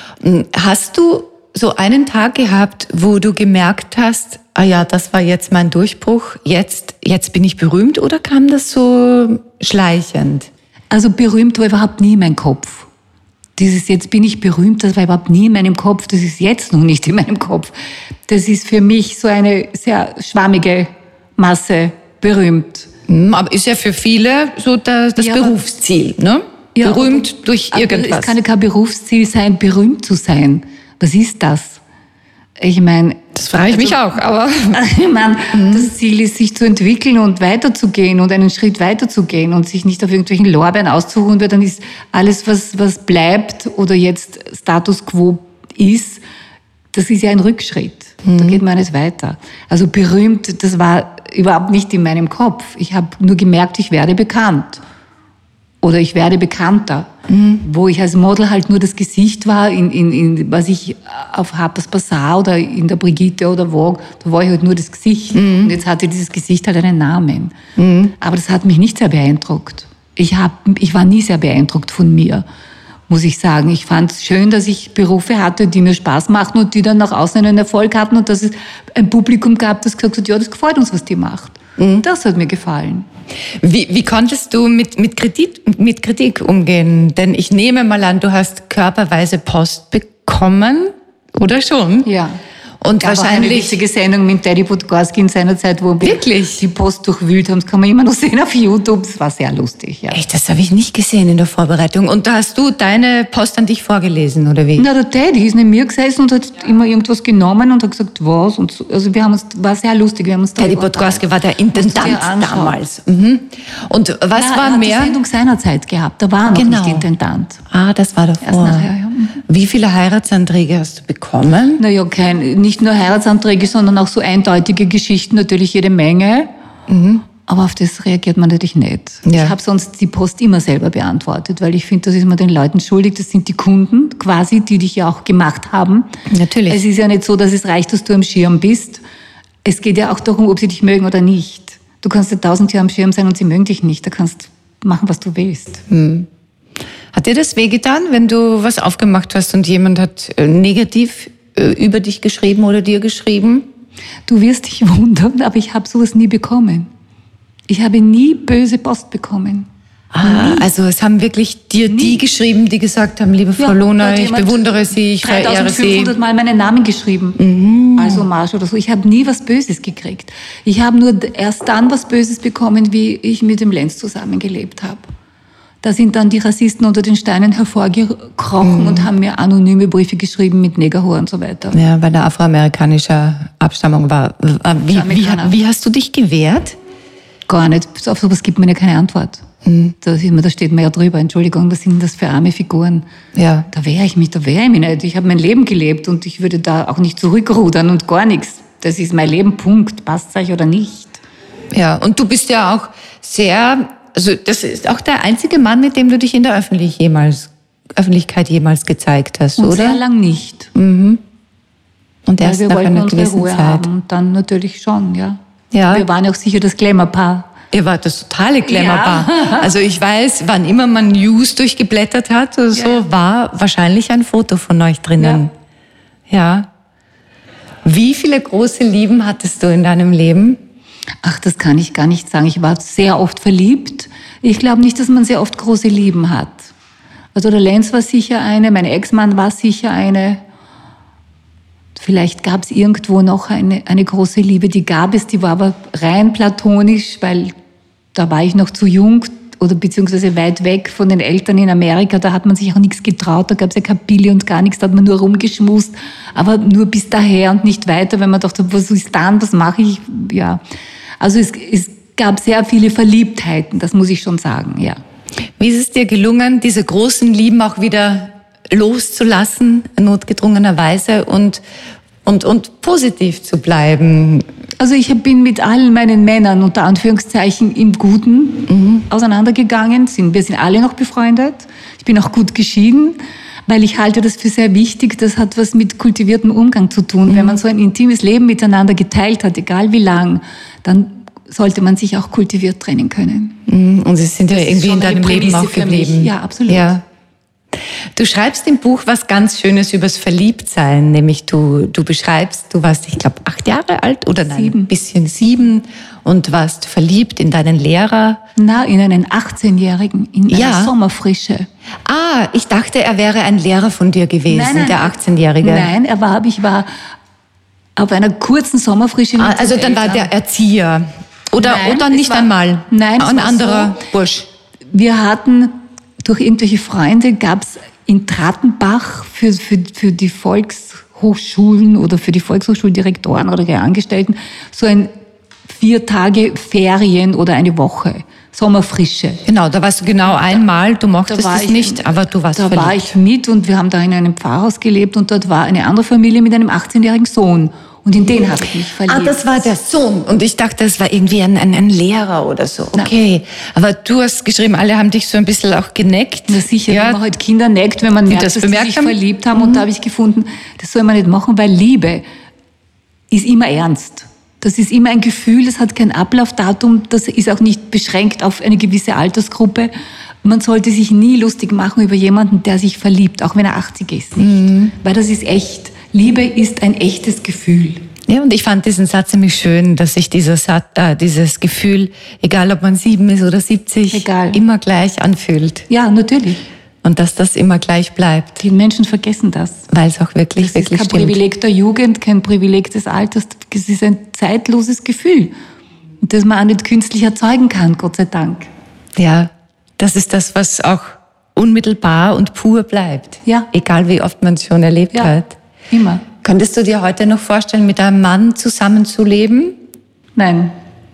Hast du so einen Tag gehabt, wo du gemerkt hast, ah ja, das war jetzt mein Durchbruch, jetzt bin ich berühmt, oder kam das so schleichend? Also berühmt war überhaupt nie mein Kopf. Dieses jetzt bin ich berühmt, das war überhaupt nie in meinem Kopf, das ist jetzt noch nicht in meinem Kopf. Das ist für mich so eine sehr schwammige Masse, berühmt. Aber ist ja für viele so das Berufsziel, ne? Ja, berühmt durch irgendwas. Aber es kann ja kein Berufsziel sein, berühmt zu sein. Was ist das? Ich meine... Das frage ich mich auch, aber... Ich meine, das Ziel ist, sich zu entwickeln und weiterzugehen und einen Schritt weiterzugehen und sich nicht auf irgendwelchen Lorbeeren auszuruhen, weil dann ist alles, was bleibt oder jetzt Status Quo ist, das ist ja ein Rückschritt. Da geht man nicht weiter. Also berühmt, das war überhaupt nicht in meinem Kopf. Ich habe nur gemerkt, ich werde bekannt. Oder ich werde bekannter. Wo ich als Model halt nur das Gesicht war, was ich auf Harper's Bazaar oder in der Brigitte oder Vogue, da war ich halt nur das Gesicht. Und jetzt hatte dieses Gesicht halt einen Namen. Aber das hat mich nicht sehr beeindruckt. Ich war nie sehr beeindruckt von mir, muss ich sagen. Ich fand es schön, dass ich Berufe hatte, die mir Spaß machten und die dann nach außen einen Erfolg hatten und dass es ein Publikum gab, das gesagt hat, ja, das gefällt uns, was die macht. Das hat mir gefallen. Wie konntest du mit Kritik umgehen? Denn ich nehme mal an, du hast körperweise Post bekommen, oder schon? Ja. Und gab wahrscheinlich auch eine witzige Sendung mit Daddy Podgorski in seiner Zeit, wo wir die Post durchwühlt haben. Das kann man immer noch sehen auf YouTube. Das war sehr lustig, ja. Echt, das habe ich nicht gesehen in der Vorbereitung. Und da hast du deine Post an dich vorgelesen, oder wie? Na, der Daddy ist neben mir gesessen und hat immer irgendwas genommen und hat gesagt, was? Und so. Also war sehr lustig. Wir haben uns Daddy Podgorski war der Intendant damals. Und was war mehr? Er hat die Sendung seiner Zeit gehabt. Da war er noch nicht Intendant. Ah, das war davor. Erst nachher, ja. Wie viele Heiratsanträge hast du bekommen? Naja, nicht nur Heiratsanträge, sondern auch so eindeutige Geschichten, natürlich jede Menge. Aber auf das reagiert man natürlich nicht. Ja. Ich habe sonst die Post immer selber beantwortet, weil ich finde, das ist man den Leuten schuldig. Das sind die Kunden quasi, die dich ja auch gemacht haben. Natürlich. Es ist ja nicht so, dass es reicht, dass du am Schirm bist. Es geht ja auch darum, ob sie dich mögen oder nicht. Du kannst ja 1000 Jahre am Schirm sein und sie mögen dich nicht. Da kannst du machen, was du willst. Hat dir das wehgetan, wenn du was aufgemacht hast und jemand hat negativ über dich geschrieben oder dir geschrieben? Du wirst dich wundern, aber ich habe sowas nie bekommen. Ich habe nie böse Post bekommen. Also es haben wirklich dir die geschrieben, die gesagt haben, liebe Frau Lohner, ich bewundere Sie, ich verehre Sie. 3500 Mal meinen Namen geschrieben, als Hommage oder so. Ich habe nie was Böses gekriegt. Ich habe nur erst dann was Böses bekommen, wie ich mit dem Lenz zusammengelebt habe. Da sind dann die Rassisten unter den Steinen hervorgekrochen und haben mir anonyme Briefe geschrieben mit Negerhor und so weiter. Ja, weil er afroamerikanischer Abstammung war. Wie hast du dich gewehrt? Gar nicht. Auf sowas gibt man ja keine Antwort. Da steht man ja drüber. Entschuldigung, was sind das für arme Figuren? Ja. Da wehre ich mich nicht. Ich habe mein Leben gelebt und ich würde da auch nicht zurückrudern und gar nichts. Das ist mein Leben, Punkt. Passt euch oder nicht? Ja, und du bist ja auch also das ist auch der einzige Mann, mit dem du dich in der Öffentlichkeit jemals gezeigt hast, und oder? Sehr lang nicht. Und erst wir nach wollten einer unsere gewissen Ruhe Zeit. haben und dann natürlich schon, ja. Ja. Wir waren ja auch sicher das Glamour-Paar. Ihr wart das totale Glamour-Paar. Also ich weiß, wann immer man News durchgeblättert hat oder so, war wahrscheinlich ein Foto von euch drinnen. Ja. Wie viele große Lieben hattest du in deinem Leben? Ach, das kann ich gar nicht sagen. Ich war sehr oft verliebt. Ich glaube nicht, dass man sehr oft große Lieben hat. Also der Lenz war sicher eine, mein Ex-Mann war sicher eine. Vielleicht gab es irgendwo noch eine große Liebe, die gab es, die war aber rein platonisch, weil da war ich noch zu jung oder beziehungsweise weit weg von den Eltern in Amerika, da hat man sich auch nichts getraut, da gab es ja keine Pille und gar nichts, da hat man nur rumgeschmust, aber nur bis daher und nicht weiter, wenn man dachte, was ist dann, was mache ich, ja. Also es gab sehr viele Verliebtheiten, das muss ich schon sagen, ja. Wie ist es dir gelungen, diese großen Lieben auch wieder loszulassen, notgedrungenerweise, und positiv zu bleiben? Also ich bin mit allen meinen Männern, unter Anführungszeichen, im Guten auseinandergegangen. Wir sind alle noch befreundet. Ich bin auch gut geschieden, weil ich halte das für sehr wichtig. Das hat was mit kultiviertem Umgang zu tun. Wenn man so ein intimes Leben miteinander geteilt hat, egal wie lang, dann sollte man sich auch kultiviert trennen können. Und sie sind ja irgendwie in deinem Leben auch geblieben. Ja, absolut. Ja. Du schreibst im Buch was ganz Schönes übers Verliebtsein, nämlich du beschreibst, du warst, ich glaube, 8 Jahre alt oder nein, 7. Ein bisschen 7 und warst verliebt in deinen Lehrer. Na, in einen 18-Jährigen, in einer Sommerfrische. Ah, ich dachte, er wäre ein Lehrer von dir gewesen, Nein, der 18-Jährige. Nein, ich war auf einer kurzen Sommerfrische mit Also dann war der Erzieher. Oder nicht einmal? Nein, ein anderer Bursch. Wir hatten durch irgendwelche Freunde, gab es in Trattenbach für die Volkshochschulen oder für die Volkshochschuldirektoren oder die Angestellten so ein 4 Tage Ferien oder eine Woche, Sommerfrische. Genau, da warst du genau einmal, du mochtest es nicht, aber du warst verliebt. Da war ich mit und wir haben da in einem Pfarrhaus gelebt und dort war eine andere Familie mit einem 18-jährigen Sohn. Und in den habe ich mich verliebt. Ah, das war der Sohn. Und ich dachte, das war irgendwie ein Lehrer oder so. Okay. Aber du hast geschrieben, alle haben dich so ein bisschen auch geneckt. Na sicher, wenn man halt Kinder neckt, wenn man merkt, dass sie sich verliebt haben. Und da habe ich gefunden, das soll man nicht machen, weil Liebe ist immer ernst. Das ist immer ein Gefühl, das hat kein Ablaufdatum, das ist auch nicht beschränkt auf eine gewisse Altersgruppe. Man sollte sich nie lustig machen über jemanden, der sich verliebt, auch wenn er 80 ist. Nicht. Weil das ist echt. Liebe ist ein echtes Gefühl. Ja, und ich fand diesen Satz nämlich schön, dass sich dieses Gefühl, egal ob man 7 ist oder 70, immer gleich anfühlt. Ja, natürlich. Und dass das immer gleich bleibt. Die Menschen vergessen das. Weil es auch wirklich stimmt. Das ist kein Privileg der Jugend, kein Privileg des Alters. Es ist ein zeitloses Gefühl. Und das man auch nicht künstlich erzeugen kann, Gott sei Dank. Ja, das ist das, was auch unmittelbar und pur bleibt. Ja. Egal wie oft man es schon erlebt hat. Immer. Könntest du dir heute noch vorstellen, mit einem Mann zusammenzuleben? Nein.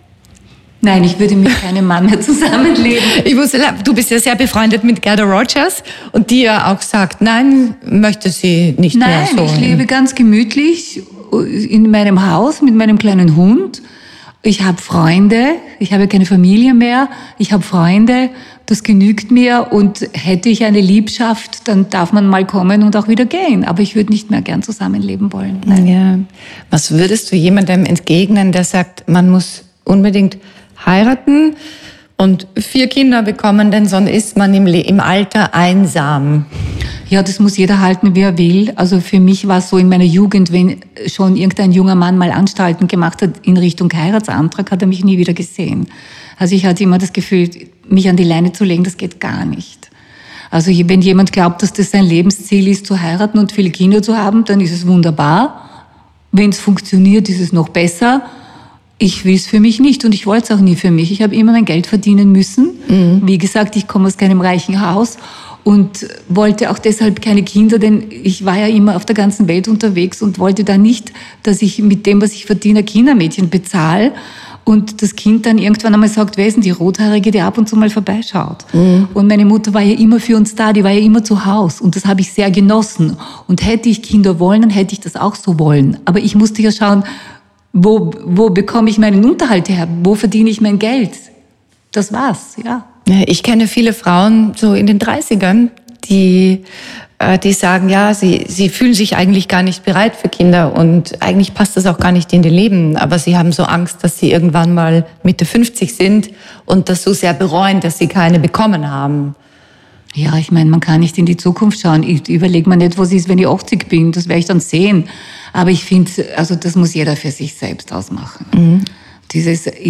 Nein, ich würde mit keinem Mann mehr zusammenleben. Du bist ja sehr befreundet mit Gerda Rogers und die ja auch sagt, nein, möchte sie nicht mehr so. Nein, ich lebe ganz gemütlich in meinem Haus mit meinem kleinen Hund. Ich habe Freunde, ich habe keine Familie mehr, ich habe Freunde, das genügt mir und hätte ich eine Liebschaft, dann darf man mal kommen und auch wieder gehen. Aber ich würde nicht mehr gern zusammenleben wollen. Nein. Ja. Was würdest du jemandem entgegnen, der sagt, man muss unbedingt heiraten und 4 Kinder bekommen, denn sonst ist man im Alter einsam? Ja, das muss jeder halten, wie er will. Also für mich war es so in meiner Jugend, wenn schon irgendein junger Mann mal Anstalten gemacht hat in Richtung Heiratsantrag, hat er mich nie wieder gesehen. Also ich hatte immer das Gefühl, mich an die Leine zu legen, das geht gar nicht. Also wenn jemand glaubt, dass das sein Lebensziel ist, zu heiraten und viele Kinder zu haben, dann ist es wunderbar. Wenn es funktioniert, ist es noch besser. Ich will es für mich nicht und ich wollte es auch nie für mich. Ich habe immer mein Geld verdienen müssen. Wie gesagt, ich komme aus keinem reichen Haus und wollte auch deshalb keine Kinder, denn ich war ja immer auf der ganzen Welt unterwegs und wollte da nicht, dass ich mit dem, was ich verdiene, Kindermädchen bezahle und das Kind dann irgendwann einmal sagt, wer ist denn die Rothaarige, die ab und zu mal vorbeischaut? Und meine Mutter war ja immer für uns da, die war ja immer zu Hause und das habe ich sehr genossen. Und hätte ich Kinder wollen, dann hätte ich das auch so wollen. Aber ich musste ja schauen, wo bekomme ich meinen Unterhalt her? Wo verdiene ich mein Geld? Das war's, ja. Ich kenne viele Frauen so in den 30ern, die sagen, ja, sie fühlen sich eigentlich gar nicht bereit für Kinder und eigentlich passt das auch gar nicht in ihr Leben, aber sie haben so Angst, dass sie irgendwann mal Mitte 50 sind und das so sehr bereuen, dass sie keine bekommen haben. Ja, ich meine, man kann nicht in die Zukunft schauen. Ich überlege mir nicht, was ist, wenn ich 80 bin. Das werde ich dann sehen. Aber ich finde, also das muss jeder für sich selbst ausmachen. Ich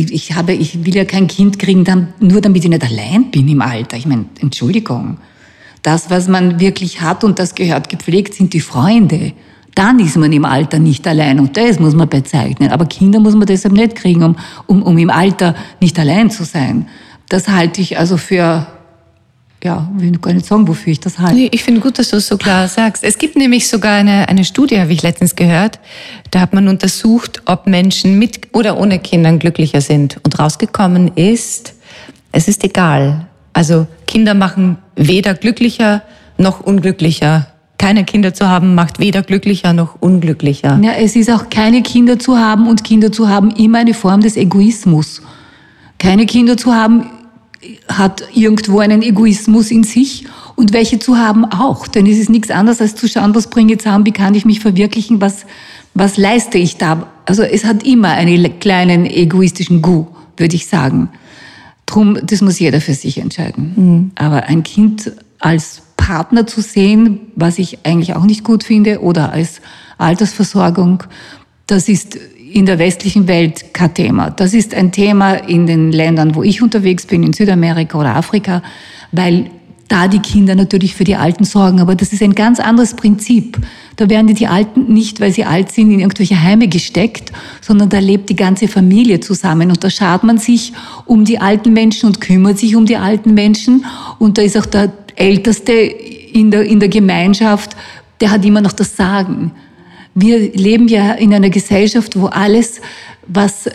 will ja kein Kind kriegen, nur damit ich nicht allein bin im Alter. Ich meine, Entschuldigung. Das, was man wirklich hat und das gehört gepflegt, sind die Freunde. Dann ist man im Alter nicht allein und das muss man bezeichnen. Aber Kinder muss man deshalb nicht kriegen, um im Alter nicht allein zu sein. Das halte ich also für... Ja, ich will gar nicht sagen, wofür ich das halte. Nee, ich finde gut, dass du es so klar sagst. Es gibt nämlich sogar eine Studie, habe ich letztens gehört. Da hat man untersucht, ob Menschen mit oder ohne Kindern glücklicher sind. Und rausgekommen ist, es ist egal. Also Kinder machen weder glücklicher noch unglücklicher. Keine Kinder zu haben macht weder glücklicher noch unglücklicher. Ja, es ist auch keine Kinder zu haben und Kinder zu haben immer eine Form des Egoismus. Keine Kinder zu haben hat irgendwo einen Egoismus in sich und welche zu haben auch. Denn es ist nichts anderes, als zu schauen, was bringe ich zusammen, wie kann ich mich verwirklichen, was leiste ich da. Also es hat immer einen kleinen egoistischen Gu, würde ich sagen. Drum, das muss jeder für sich entscheiden. Aber ein Kind als Partner zu sehen, was ich eigentlich auch nicht gut finde, oder als Altersversorgung, das ist in der westlichen Welt kein Thema. Das ist ein Thema in den Ländern, wo ich unterwegs bin, in Südamerika oder Afrika, weil da die Kinder natürlich für die Alten sorgen. Aber das ist ein ganz anderes Prinzip. Da werden die Alten nicht, weil sie alt sind, in irgendwelche Heime gesteckt, sondern da lebt die ganze Familie zusammen. Und da schart man sich um die alten Menschen und kümmert sich um die alten Menschen. Und da ist auch der Älteste in der Gemeinschaft, der hat immer noch das Sagen. Wir leben ja in einer Gesellschaft, wo alles, was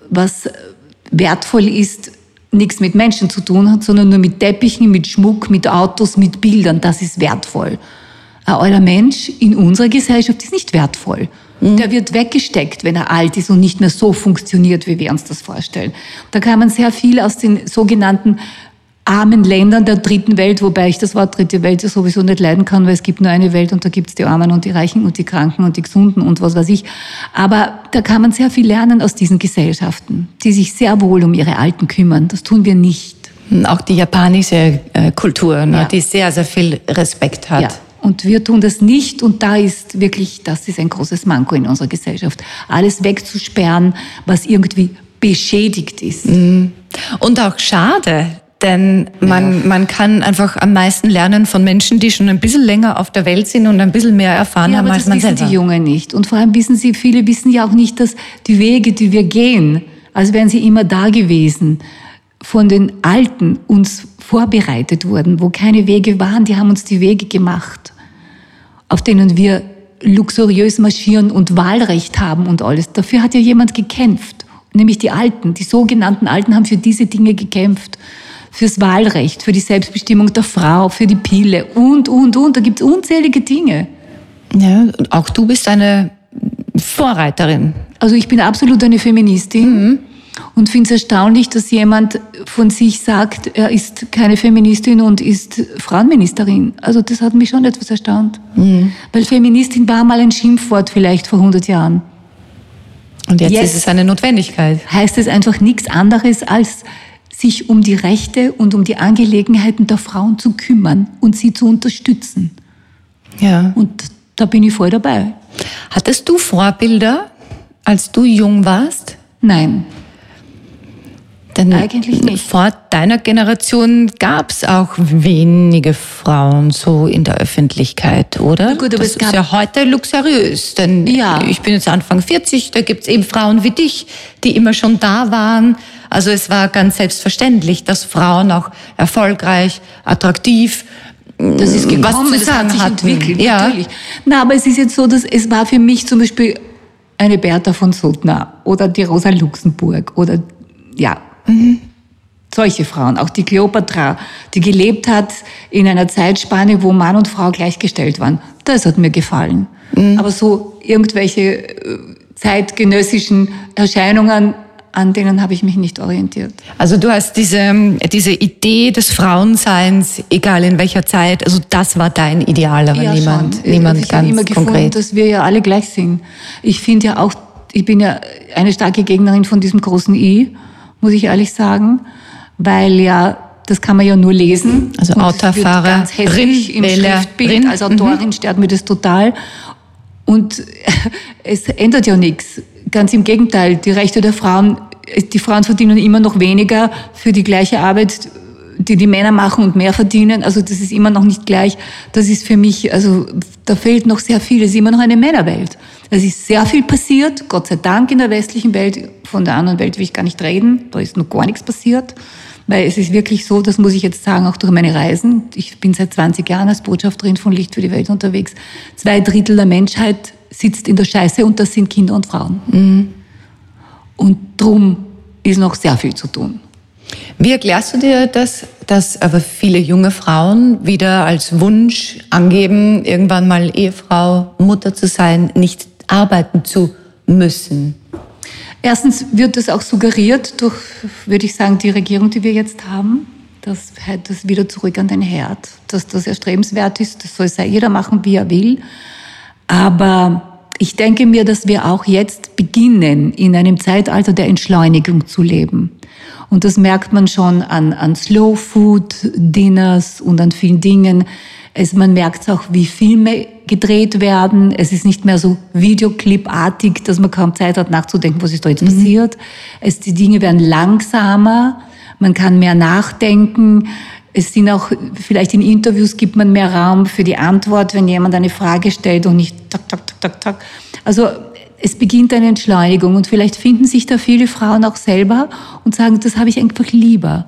wertvoll ist, nichts mit Menschen zu tun hat, sondern nur mit Teppichen, mit Schmuck, mit Autos, mit Bildern. Das ist wertvoll. Ein alter Mensch in unserer Gesellschaft ist nicht wertvoll. Der wird weggesteckt, wenn er alt ist und nicht mehr so funktioniert, wie wir uns das vorstellen. Da kann man sehr viel aus den sogenannten armen Ländern der dritten Welt, wobei ich das Wort dritte Welt sowieso nicht leiden kann, weil es gibt nur eine Welt und da gibt es die Armen und die Reichen und die Kranken und die Gesunden und was weiß ich. Aber da kann man sehr viel lernen aus diesen Gesellschaften, die sich sehr wohl um ihre Alten kümmern. Das tun wir nicht. Auch die japanische Kultur, ne, die sehr, sehr viel Respekt hat. Ja. Und wir tun das nicht und das ist ein großes Manko in unserer Gesellschaft. Alles wegzusperren, was irgendwie beschädigt ist. Und auch schade. Denn man kann einfach am meisten lernen von Menschen, die schon ein bisschen länger auf der Welt sind und ein bisschen mehr erfahren haben als man selber. Aber das wissen die Jungen nicht. Und vor allem viele wissen ja auch nicht, dass die Wege, die wir gehen, als wären sie immer da gewesen, von den Alten uns vorbereitet wurden, wo keine Wege waren, die haben uns die Wege gemacht, auf denen wir luxuriös marschieren und Wahlrecht haben und alles. Dafür hat ja jemand gekämpft, nämlich die Alten. Die sogenannten Alten haben für diese Dinge gekämpft. Fürs Wahlrecht, für die Selbstbestimmung der Frau, für die Pille und. Da gibt es unzählige Dinge. Ja, auch du bist eine Vorreiterin. Also ich bin absolut eine Feministin und finde es erstaunlich, dass jemand von sich sagt, er ist keine Feministin und ist Frauenministerin. Also das hat mich schon etwas erstaunt. Weil Feministin war mal ein Schimpfwort vielleicht vor 100 Jahren. Und jetzt ist es eine Notwendigkeit. Heißt es einfach nichts anderes als sich um die Rechte und um die Angelegenheiten der Frauen zu kümmern und sie zu unterstützen. Ja. Und da bin ich voll dabei. Hattest du Vorbilder, als du jung warst? Nein. Denn eigentlich nicht. Vor deiner Generation gab es auch wenige Frauen so in der Öffentlichkeit, oder? Na gut, aber das ist ja heute luxuriös, denn ich bin jetzt Anfang 40, da gibt es eben Frauen wie dich, die immer schon da waren. Also es war ganz selbstverständlich, dass Frauen auch erfolgreich, attraktiv, das ist gekommen, was zu sagen das hat sich hatten. entwickelt, Ja. natürlich. Na, aber es ist jetzt so, dass es war für mich zum Beispiel eine Bertha von Suttner oder die Rosa Luxemburg oder solche Frauen, auch die Kleopatra, die gelebt hat in einer Zeitspanne, wo Mann und Frau gleichgestellt waren. Das hat mir gefallen. Aber so irgendwelche zeitgenössischen Erscheinungen, an denen habe ich mich nicht orientiert. Also du hast diese Idee des Frauenseins, egal in welcher Zeit, also das war dein Ideal, aber niemand ich habe ganz immer gefunden, konkret. dass wir ja alle gleich sind. Ich finde ja auch, ich bin ja eine starke Gegnerin von diesem großen I, muss ich ehrlich sagen, weil ja, das kann man ja nur lesen. Also und Autofahrer, ganz hässlich im Schriftbild, als Autorin stört mir das total. Und es ändert ja nichts. Ganz im Gegenteil, die Rechte der Frauen, die Frauen verdienen immer noch weniger für die gleiche Arbeit, die Männer machen und mehr verdienen. Also das ist immer noch nicht gleich. Das ist für mich, also da fehlt noch sehr viel. Es ist immer noch eine Männerwelt. Es ist sehr viel passiert, Gott sei Dank in der westlichen Welt. Von der anderen Welt will ich gar nicht reden. Da ist noch gar nichts passiert. Weil es ist wirklich so, das muss ich jetzt sagen, auch durch meine Reisen. Ich bin seit 20 Jahren als Botschafterin von Licht für die Welt unterwegs. 2/3 der Menschheit sitzt in der Scheiße und das sind Kinder und Frauen. Mhm. Und drum ist noch sehr viel zu tun. Wie erklärst du dir das, dass aber viele junge Frauen wieder als Wunsch angeben, irgendwann mal Ehefrau, Mutter zu sein, nicht arbeiten zu müssen? Erstens wird das auch suggeriert durch, würde ich sagen, die Regierung, die wir jetzt haben, dass das wieder zurück an den Herd, dass das erstrebenswert ist, das soll jeder machen, wie er will. Aber ich denke mir, dass wir auch jetzt beginnen, in einem Zeitalter der Entschleunigung zu leben. Und das merkt man schon an Slow Food Dinners und an vielen Dingen. Man merkt auch, wie Filme gedreht werden. Es ist nicht mehr so Videoclip-artig, dass man kaum Zeit hat nachzudenken, was ist da jetzt passiert. Die Dinge werden langsamer, man kann mehr nachdenken. Es sind auch, vielleicht in Interviews gibt man mehr Raum für die Antwort, wenn jemand eine Frage stellt und nicht tak, tak, tak, tak, tak. Also es beginnt eine Entschleunigung und vielleicht finden sich da viele Frauen auch selber und sagen, das habe ich einfach lieber.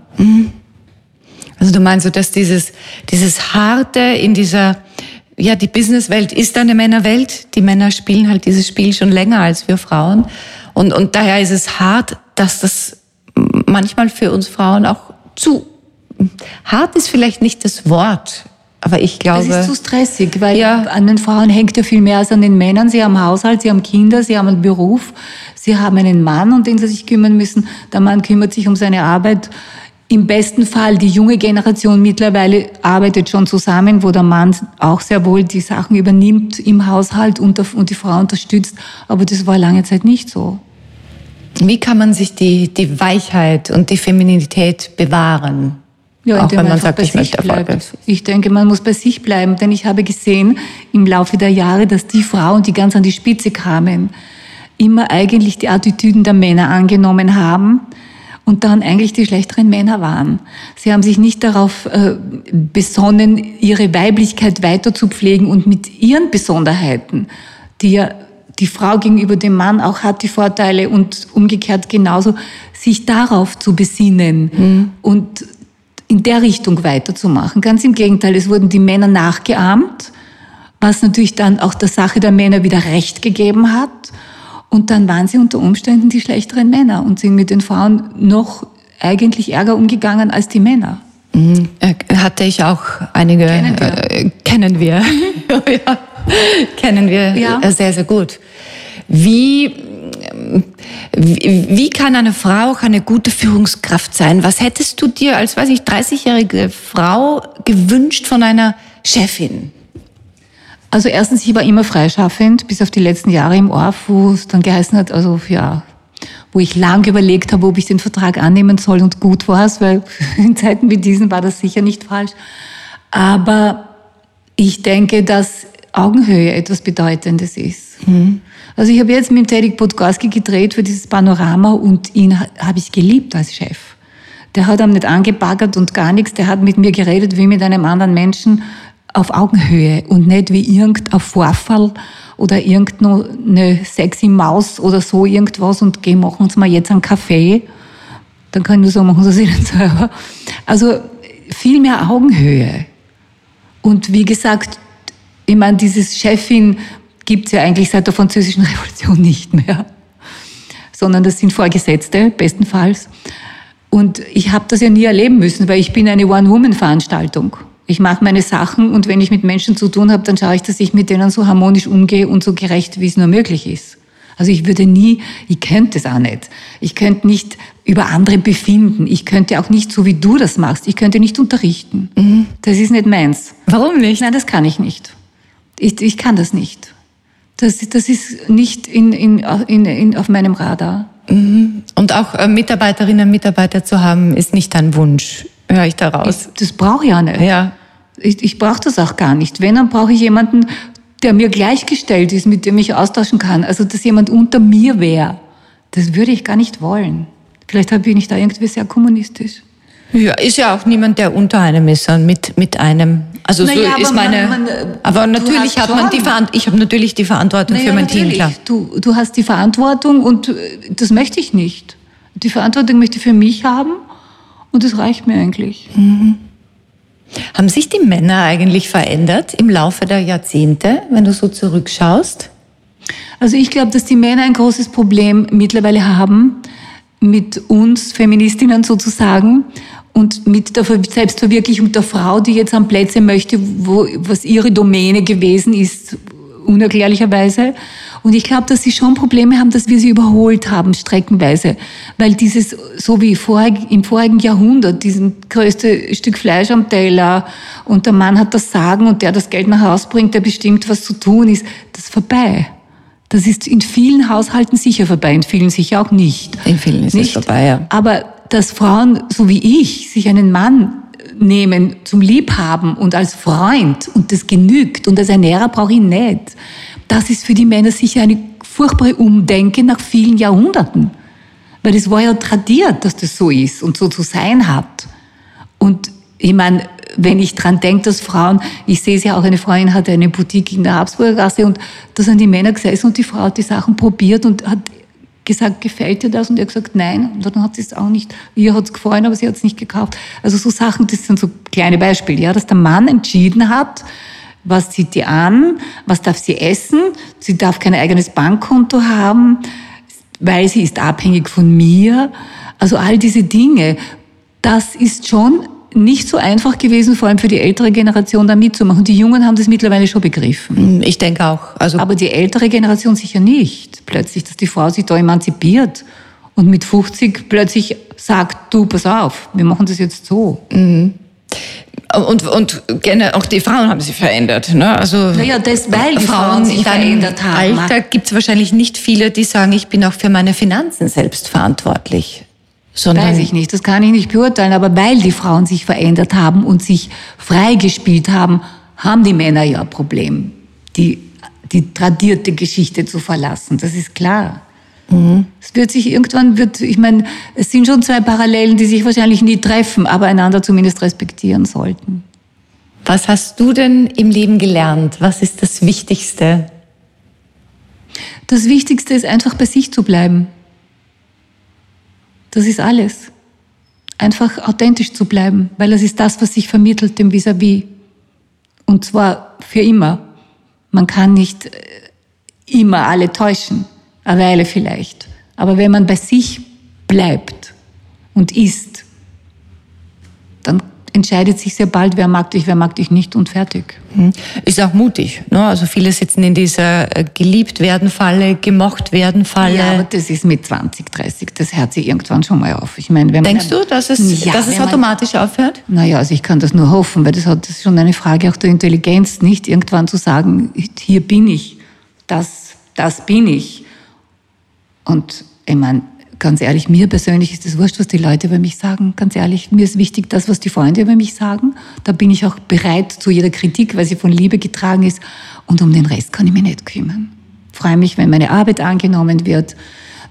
Also du meinst so, dass dieses Harte in dieser, ja, die Businesswelt ist eine Männerwelt. Die Männer spielen halt dieses Spiel schon länger als wir Frauen. Und daher ist es hart, dass das manchmal für uns Frauen auch zu hart ist, vielleicht nicht das Wort. Aber ich glaube... Es ist zu stressig, weil an den Frauen hängt ja viel mehr als an den Männern. Sie haben Haushalt, sie haben Kinder, sie haben einen Beruf, sie haben einen Mann, um den sie sich kümmern müssen. Der Mann kümmert sich um seine Arbeit. Im besten Fall, die junge Generation mittlerweile arbeitet schon zusammen, wo der Mann auch sehr wohl die Sachen übernimmt im Haushalt und die Frau unterstützt. Aber das war lange Zeit nicht so. Wie kann man sich die Weichheit und die Femininität bewahren? Ja, auch indem wenn man einfach sagt, bei ich möchte sich erfolgreich bleibt. Ich denke, man muss bei sich bleiben, denn ich habe gesehen im Laufe der Jahre, dass die Frauen, die ganz an die Spitze kamen, immer eigentlich die Attitüden der Männer angenommen haben und dann eigentlich die schlechteren Männer waren. Sie haben sich nicht darauf besonnen, ihre Weiblichkeit weiter zu pflegen und mit ihren Besonderheiten, die ja die Frau gegenüber dem Mann auch hat, die Vorteile und umgekehrt genauso, sich darauf zu besinnen und in der Richtung weiterzumachen. Ganz im Gegenteil, es wurden die Männer nachgeahmt, was natürlich dann auch der Sache der Männer wieder Recht gegeben hat. Und dann waren sie unter Umständen die schlechteren Männer und sind mit den Frauen noch eigentlich ärger umgegangen als die Männer. Hatte ich auch einige, kennen wir. Ja, kennen wir sehr, sehr gut. Wie kann eine Frau auch eine gute Führungskraft sein? Was hättest du dir als, 30-jährige Frau gewünscht von einer Chefin? Also erstens, ich war immer freischaffend, bis auf die letzten Jahre im ORF, wo es dann geheißen hat, wo ich lang überlegt habe, ob ich den Vertrag annehmen soll und gut war es, weil in Zeiten wie diesen war das sicher nicht falsch. Aber ich denke, dass Augenhöhe etwas Bedeutendes ist. Also ich habe jetzt mit Teddy Podgorski gedreht für dieses Panorama und ihn habe ich geliebt als Chef. Der hat einem nicht angebaggert und gar nichts. Der hat mit mir geredet wie mit einem anderen Menschen auf Augenhöhe und nicht wie irgendein Vorfall oder irgendeine sexy Maus oder so irgendwas und machen uns mal jetzt einen Kaffee. Dann kann ich nur sagen, machen Sie sich nicht selber. Also viel mehr Augenhöhe. Und wie gesagt, ich meine, dieses Chefin gibt es ja eigentlich seit der Französischen Revolution nicht mehr, sondern das sind Vorgesetzte, bestenfalls. Und ich habe das ja nie erleben müssen, weil ich bin eine One-Woman-Veranstaltung. Ich mache meine Sachen und wenn ich mit Menschen zu tun habe, dann schaue ich, dass ich mit denen so harmonisch umgehe und so gerecht, wie es nur möglich ist. Also ich könnte es auch nicht. Ich könnte nicht über andere befinden. Ich könnte auch nicht, so wie du das machst, ich könnte nicht unterrichten. Mhm. Das ist nicht meins. Warum nicht? Nein, das kann ich nicht. Ich kann das nicht. Das ist nicht auf meinem Radar. Mhm. Und auch Mitarbeiterinnen und Mitarbeiter zu haben, ist nicht dein Wunsch, höre ich daraus. Das brauche ich ja nicht. Ja. Ich brauche das auch gar nicht. Wenn, dann brauche ich jemanden, der mir gleichgestellt ist, mit dem ich austauschen kann. Also, dass jemand unter mir wäre, das würde ich gar nicht wollen. Vielleicht bin ich da irgendwie sehr kommunistisch. Ja, ist ja auch niemand, der unter einem ist, sondern mit einem. Also naja, so ist meine. Aber natürlich hat man ich habe natürlich die Verantwortung für mein Team, klar. Du hast die Verantwortung und das möchte ich nicht. Die Verantwortung möchte ich für mich haben und das reicht mir eigentlich. Mhm. Haben sich die Männer eigentlich verändert im Laufe der Jahrzehnte, wenn du so zurückschaust? Also ich glaube, dass die Männer ein großes Problem mittlerweile haben mit uns Feministinnen sozusagen und mit der Selbstverwirklichung der Frau, die jetzt an Plätze möchte, was ihre Domäne gewesen ist, unerklärlicherweise. Und ich glaube, dass sie schon Probleme haben, dass wir sie überholt haben, streckenweise. Weil dieses, so wie im vorigen Jahrhundert, diesen größte Stück Fleisch am Teller und der Mann hat das Sagen und der das Geld nach Hause bringt, der bestimmt, was zu tun ist, das ist vorbei. Das ist in vielen Haushalten sicher vorbei, in vielen sicher auch nicht. In vielen ist es vorbei, ja. Aber dass Frauen, so wie ich, sich einen Mann nehmen zum Liebhaben und als Freund und das genügt und als Ernährer brauche ich nicht. Das ist für die Männer sicher eine furchtbare Umdenke nach vielen Jahrhunderten. Weil es war ja tradiert, dass das so ist und so zu sein hat. Und ich meine, wenn ich dran denke, dass Frauen, ich sehe es ja auch, eine Freundin hatte eine Boutique in der Habsburger Gasse und da sind die Männer gesessen und die Frau hat die Sachen probiert und hat gesagt, gefällt dir das? Und er hat gesagt, nein. Und dann hat sie es auch nicht, ihr hat es gefallen, aber sie hat es nicht gekauft. Also so Sachen, das sind so kleine Beispiele, ja, dass der Mann entschieden hat, was zieht die an, was darf sie essen, sie darf kein eigenes Bankkonto haben, weil sie ist abhängig von mir. Also all diese Dinge, das ist schon nicht so einfach gewesen, vor allem für die ältere Generation da mitzumachen. Die Jungen haben das mittlerweile schon begriffen. Ich denke auch. Aber die ältere Generation sicher nicht. Plötzlich, dass die Frau sich da emanzipiert und mit 50 plötzlich sagt, du, pass auf, wir machen das jetzt so. Mhm. Und auch die Frauen haben sich verändert. Ne? Also naja, weil die Frauen sich verändert haben. Im Alltag gibt es wahrscheinlich nicht viele, die sagen, ich bin auch für meine Finanzen selbst verantwortlich. Weiß ich nicht, das kann ich nicht beurteilen, aber weil die Frauen sich verändert haben und sich freigespielt haben, haben die Männer ja ein Problem, die tradierte Geschichte zu verlassen, das ist klar. Mhm. Es wird sich irgendwann, ich meine, es sind schon zwei Parallelen, die sich wahrscheinlich nie treffen, aber einander zumindest respektieren sollten. Was hast du denn im Leben gelernt? Was ist das Wichtigste? Das Wichtigste ist einfach bei sich zu bleiben. Das ist alles. Einfach authentisch zu bleiben, weil das ist das, was sich vermittelt dem Vis-à-vis. Und zwar für immer. Man kann nicht immer alle täuschen, eine Weile vielleicht. Aber wenn man bei sich bleibt und ist, dann entscheidet sich sehr bald, wer mag dich nicht und fertig. Ist auch mutig. Ne? Also viele sitzen in dieser Geliebt-werden-Falle, Gemocht-werden-Falle. Ja, aber das ist mit 20, 30, das hört sich irgendwann schon mal auf. Ich meine, denkst du, dass es automatisch aufhört? Naja, also ich kann das nur hoffen, weil das ist schon eine Frage auch der Intelligenz, nicht irgendwann zu sagen, hier bin ich, das bin ich. Und ich meine, ganz ehrlich, mir persönlich ist es wurscht, was die Leute über mich sagen. Ganz ehrlich, mir ist wichtig, das, was die Freunde über mich sagen. Da bin ich auch bereit zu jeder Kritik, weil sie von Liebe getragen ist. Und um den Rest kann ich mich nicht kümmern. Ich freue mich, wenn meine Arbeit angenommen wird,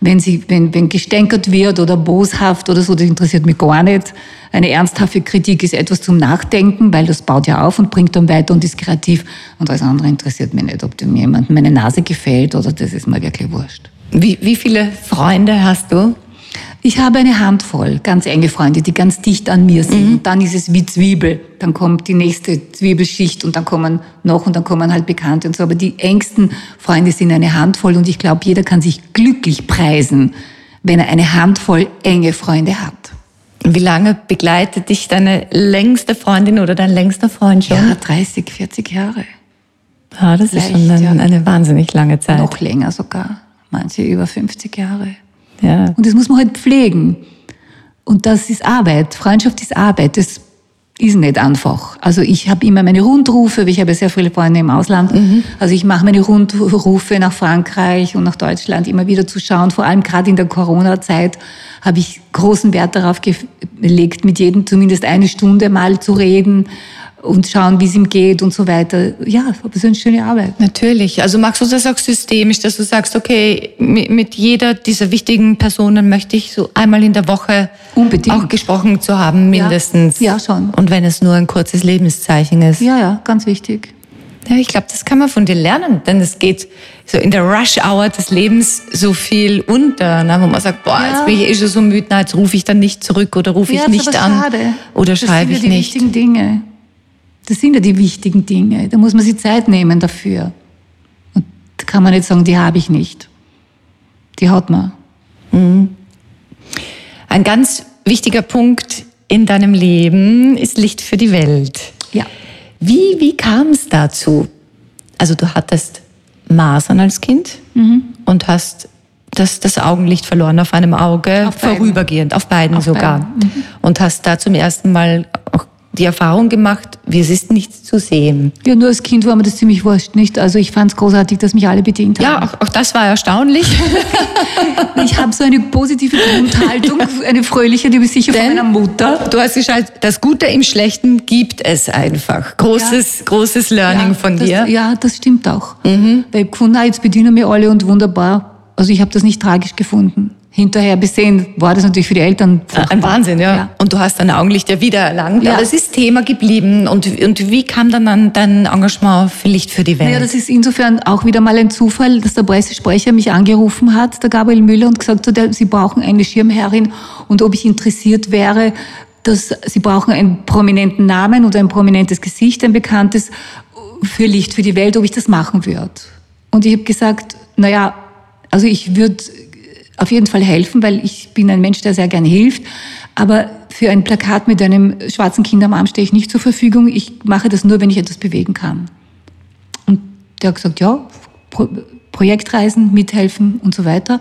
wenn gestänkert wird oder boshaft oder so, das interessiert mich gar nicht. Eine ernsthafte Kritik ist etwas zum Nachdenken, weil das baut ja auf und bringt dann weiter und ist kreativ. Und alles andere interessiert mich nicht, ob dem jemandem meine Nase gefällt oder das ist mir wirklich wurscht. Wie viele Freunde hast du? Ich habe eine Handvoll ganz enge Freunde, die ganz dicht an mir sind. Und dann ist es wie Zwiebel. Dann kommt die nächste Zwiebelschicht und dann kommen noch und dann kommen halt Bekannte und so. Aber die engsten Freunde sind eine Handvoll und ich glaube, jeder kann sich glücklich preisen, wenn er eine Handvoll enge Freunde hat. Wie lange begleitet dich deine längste Freundin oder dein längster Freund schon? Ja, 30, 40 Jahre. Ja, das ist schon eine wahnsinnig lange Zeit. Noch länger sogar. Manche über 50 Jahre. Ja. Und das muss man halt pflegen. Und das ist Arbeit. Freundschaft ist Arbeit. Das ist nicht einfach. Also ich habe immer meine Rundrufe, ich habe sehr viele Freunde im Ausland. Also ich mache meine Rundrufe nach Frankreich und nach Deutschland, immer wieder zu schauen. Vor allem gerade in der Corona-Zeit habe ich großen Wert darauf gelegt, mit jedem zumindest eine Stunde mal zu reden und schauen, wie es ihm geht und so weiter. Ja, aber so eine schöne Arbeit. Natürlich. Also magst du das auch systemisch, dass du sagst, okay, mit jeder dieser wichtigen Personen möchte ich so einmal in der Woche unbedingt auch gesprochen zu haben, mindestens. Ja, schon. Und wenn es nur ein kurzes Lebenszeichen ist. Ja, ganz wichtig. Ja, ich glaube, das kann man von dir lernen, denn es geht so in der Rush-Hour des Lebens so viel unter, ne, wo man sagt, boah, jetzt bin ich eh schon so müde, na, jetzt rufe ich dann nicht zurück oder rufe ich nicht an. Schade. Oder schreibe ich nicht. Das sind ja die wichtigen Dinge. Das sind ja die wichtigen Dinge. Da muss man sich Zeit nehmen dafür. Und da kann man nicht sagen, die habe ich nicht. Die hat man. Ein ganz wichtiger Punkt in deinem Leben ist Licht für die Welt. Ja. Wie kam es dazu? Also du hattest Masern als Kind und hast das Augenlicht verloren auf einem Auge, Auf beiden. Vorübergehend, auf beiden sogar. Beiden. Und hast da zum ersten Mal auch die Erfahrung gemacht, wie es ist, nichts zu sehen. Ja, nur als Kind war mir das ziemlich wurscht, nicht? Also ich fand es großartig, dass mich alle bedient haben. Ja, auch das war erstaunlich. Ich habe so eine positive Grundhaltung, eine fröhliche, die ist sicher von meiner Mutter. Du hast geschaut, das Gute im Schlechten gibt es einfach. Großes Learning von dir. Ja, das stimmt auch. Weil ich gefunden, jetzt bedienen wir alle und wunderbar. Also ich habe das nicht tragisch gefunden. Hinterher besehen war das natürlich für die Eltern ein Wahnsinn, ja. Und du hast dein Augenlicht ja wieder erlangt, aber es ist Thema geblieben. Und wie kam dann dein Engagement für Licht für die Welt? Ja, das ist insofern auch wieder mal ein Zufall, dass der Pressesprecher mich angerufen hat, der Gabriel Müller, und gesagt hat, Sie brauchen eine Schirmherrin und ob ich interessiert wäre, dass Sie brauchen einen prominenten Namen oder ein prominentes Gesicht, ein bekanntes, für Licht für die Welt, ob ich das machen würde. Und ich habe gesagt, also ich würde auf jeden Fall helfen, weil ich bin ein Mensch, der sehr gerne hilft. Aber für ein Plakat mit einem schwarzen Kind am Arm stehe ich nicht zur Verfügung. Ich mache das nur, wenn ich etwas bewegen kann. Und der hat gesagt, ja, Projektreisen, mithelfen und so weiter.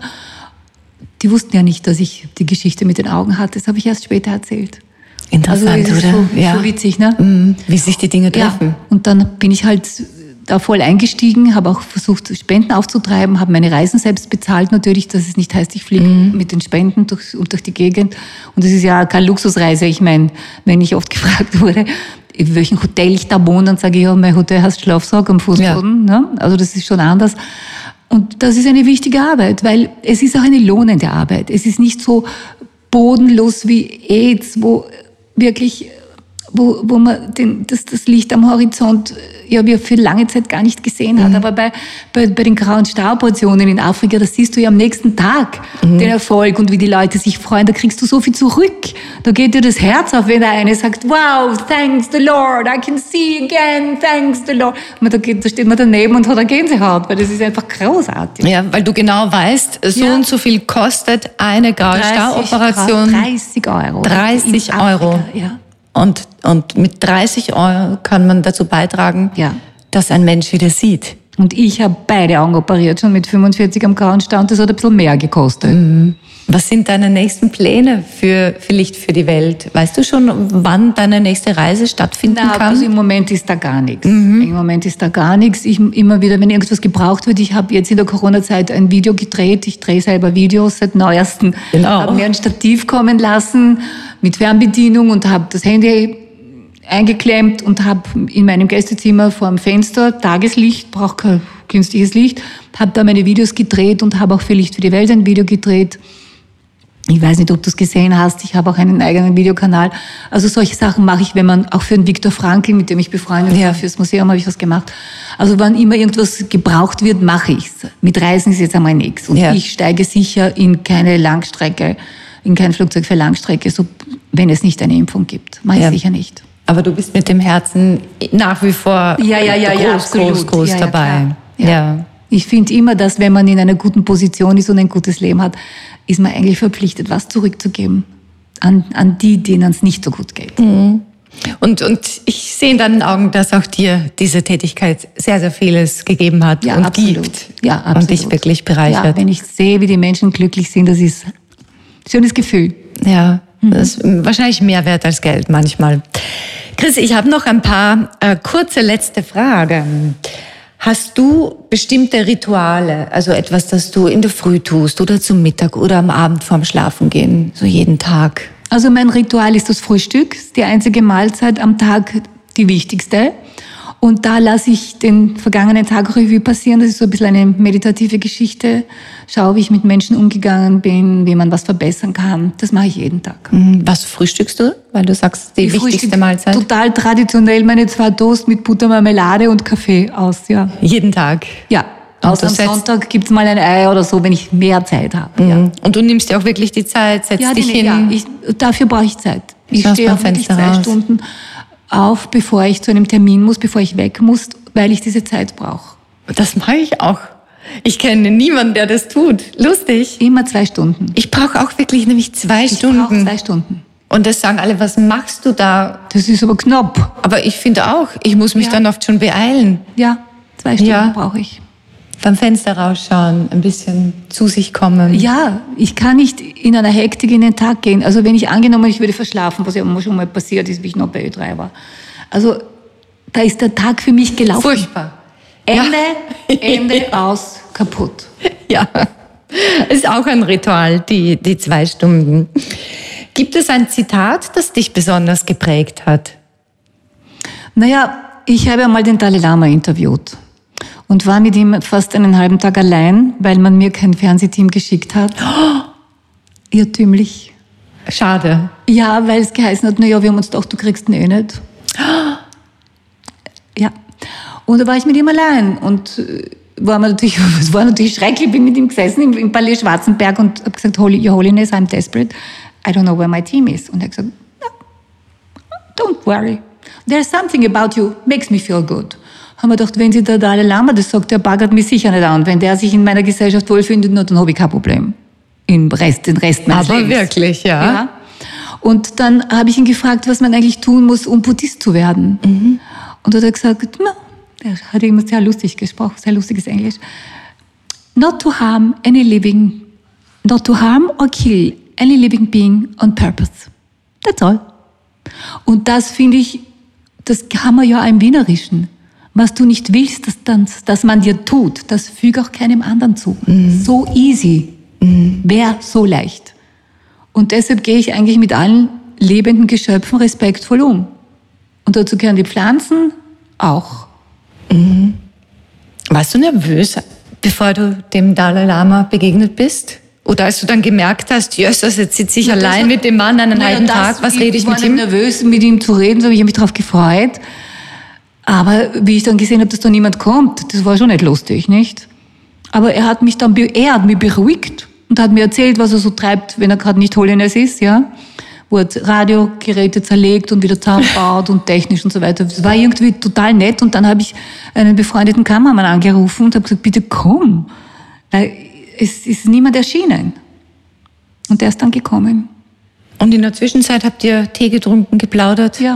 Die wussten ja nicht, dass ich die Geschichte mit den Augen hatte. Das habe ich erst später erzählt. Interessant, also, oder? So witzig, ne? Wie sich die Dinge treffen. Ja. Und dann bin ich halt da voll eingestiegen, habe auch versucht, Spenden aufzutreiben, habe meine Reisen selbst bezahlt natürlich, dass es nicht heißt, ich fliege mit den Spenden durch die Gegend. Und das ist ja keine Luxusreise. Ich meine, wenn ich oft gefragt wurde, in welchem Hotel ich da wohne, dann sage ich, ja, mein Hotel heißt Schlafsack am Fußboden. Ja. Ne? Also das ist schon anders. Und das ist eine wichtige Arbeit, weil es ist auch eine lohnende Arbeit. Es ist nicht so bodenlos wie AIDS, wo wirklich... Wo man das Licht am Horizont ja wir für lange Zeit gar nicht gesehen hat. Aber bei den grauen Stauportionen in Afrika, das siehst du ja am nächsten Tag, den Erfolg und wie die Leute sich freuen. Da kriegst du so viel zurück. Da geht dir das Herz auf, wenn der eine sagt, wow, thanks the Lord, I can see again, thanks the Lord. Und da steht man daneben und hat eine Gänsehaut, weil das ist einfach großartig. Ja, weil du genau weißt, und so viel kostet eine graue Stauoperation. 30 Euro. 30 Euro. Ja. Und mit 30 Euro kann man dazu beitragen, dass ein Mensch wieder sieht. Und ich habe beide Augen operiert, schon mit 45 am grauen Stau, und das hat ein bisschen mehr gekostet. Was sind deine nächsten Pläne für Licht für die Welt? Weißt du schon, wann deine nächste Reise stattfinden kann? Also im Moment ist da gar nichts. Im Moment ist da gar nichts. Immer wieder, wenn irgendwas gebraucht wird, ich habe jetzt in der Corona-Zeit ein Video gedreht. Ich drehe selber Videos seit neuestem. Genau. Habe mir ein Stativ kommen lassen mit Fernbedienung und habe das Handy eingeklemmt und habe in meinem Gästezimmer vor dem Fenster Tageslicht, braucht kein künstliches Licht, habe da meine Videos gedreht und habe auch für Licht für die Welt ein Video gedreht. Ich weiß nicht, ob du es gesehen hast. Ich habe auch einen eigenen Videokanal. Also solche Sachen mache ich, wenn man auch für den Viktor Frankl, mit dem ich befreundet war, fürs Museum habe ich was gemacht. Also wann immer irgendwas gebraucht wird, mache ich's. Mit Reisen ist jetzt einmal nichts. Und ich steige sicher in keine Langstrecke, in kein Flugzeug für Langstrecke, so, wenn es nicht eine Impfung gibt. Mache ich sicher nicht. Aber du bist mit dem Herzen nach wie vor groß dabei. Ja. Ich finde immer, dass wenn man in einer guten Position ist und ein gutes Leben hat, ist man eigentlich verpflichtet, was zurückzugeben an die, denen es nicht so gut geht. Mhm. Und ich sehe in deinen Augen, dass auch dir diese Tätigkeit sehr, sehr vieles gegeben hat und absolut. gibt. Ja, absolut. Und dich wirklich bereichert. Ja, wenn ich sehe, wie die Menschen glücklich sind, das ist ein schönes Gefühl. Ja, das ist wahrscheinlich mehr wert als Geld manchmal. Chris, ich habe noch ein paar kurze letzte Fragen. Hast du bestimmte Rituale, also etwas, das du in der Früh tust oder zum Mittag oder am Abend vorm Schlafengehen, so jeden Tag? Also mein Ritual ist das Frühstück, ist die einzige Mahlzeit am Tag, die wichtigste. Und da lasse ich den vergangenen Tag Revue passieren. Das ist so ein bisschen eine meditative Geschichte. Schaue, wie ich mit Menschen umgegangen bin, wie man was verbessern kann. Das mache ich jeden Tag. Was frühstückst du? Weil du sagst, die wichtigste Mahlzeit. Total traditionell meine 2 Toast mit Butter, Marmelade und Kaffee aus, ja. Jeden Tag? Ja. Außer am Sonntag gibt's mal ein Ei oder so, wenn ich mehr Zeit habe. Ja. Und du nimmst dir auch wirklich die Zeit, setzt dich hin? Ja, dafür brauche ich Zeit. Ich stehe auch wirklich 2 Stunden auf, bevor ich zu einem Termin muss, bevor ich weg muss, weil ich diese Zeit brauche. Das mache ich auch. Ich kenne niemanden, der das tut. Lustig. Immer 2 Stunden. Ich brauche auch wirklich nämlich 2 Stunden. Ich brauche 2 Stunden. Und das sagen alle, was machst du da? Das ist aber knapp. Aber ich finde auch, ich muss mich dann oft schon beeilen. Ja, 2 Stunden brauche ich. Beim Fenster rausschauen, ein bisschen zu sich kommen. Ja, ich kann nicht in einer Hektik in den Tag gehen. Also wenn ich angenommen, ich würde verschlafen, was ja schon mal passiert ist, wie ich noch bei Ö3 war. Also da ist der Tag für mich gelaufen. Furchtbar. Ende, aus, kaputt. Ja, ist auch ein Ritual, die 2 Stunden. Gibt es ein Zitat, das dich besonders geprägt hat? Naja, ich habe einmal den Dalai Lama interviewt. Und war mit ihm fast einen halben Tag allein, weil man mir kein Fernsehteam geschickt hat. Irrtümlich. Schade. Ja, weil es geheißen hat, wir haben uns gedacht, du kriegst ihn nicht. Ja. Und da war ich mit ihm allein und es war natürlich schrecklich. Ich bin mit ihm gesessen im Palais Schwarzenberg und habe gesagt, Your Holiness, I'm desperate. I don't know where my team is. Und er hat gesagt, no, don't worry. There's something about you, makes me feel good. Haben wir gedacht, wenn sich der Dalai Lama das sagt, der baggert mich sicher nicht an. Wenn der sich in meiner Gesellschaft wohlfindet, dann habe ich kein Problem. Den Rest meines Lebens. Aber wirklich, ja. Und dann habe ich ihn gefragt, was man eigentlich tun muss, um Buddhist zu werden. Und hat er gesagt, er hat immer sehr lustig gesprochen, sehr lustiges Englisch. Not to harm or kill any living being on purpose. That's all. Und das finde ich, das kann man ja auch im Wienerischen. Was du nicht willst, dass man dir tut, das füge auch keinem anderen zu. So easy. Wäre so leicht. Und deshalb gehe ich eigentlich mit allen lebenden Geschöpfen respektvoll um. Und dazu gehören die Pflanzen auch. Warst du nervös, bevor du dem Dalai Lama begegnet bist? Oder als du dann gemerkt hast, Jesus, jetzt sitze ich allein mit dem Mann einen halben Tag, was rede ich mit ihm? Ich war nervös, mit ihm zu reden, so habe ich mich darauf gefreut. Aber wie ich dann gesehen habe, dass da niemand kommt, das war schon nicht lustig, nicht? Aber er hat mich beruhigt und hat mir erzählt, was er so treibt, wenn er gerade nicht Holiness ist, ja? Wo er Radiogeräte zerlegt und wieder zusammenbaut und technisch und so weiter. Das war irgendwie total nett. Und dann habe ich einen befreundeten Kameramann angerufen und habe gesagt, bitte komm. Weil es ist niemand erschienen. Und der ist dann gekommen. Und in der Zwischenzeit habt ihr Tee getrunken, geplaudert? Ja.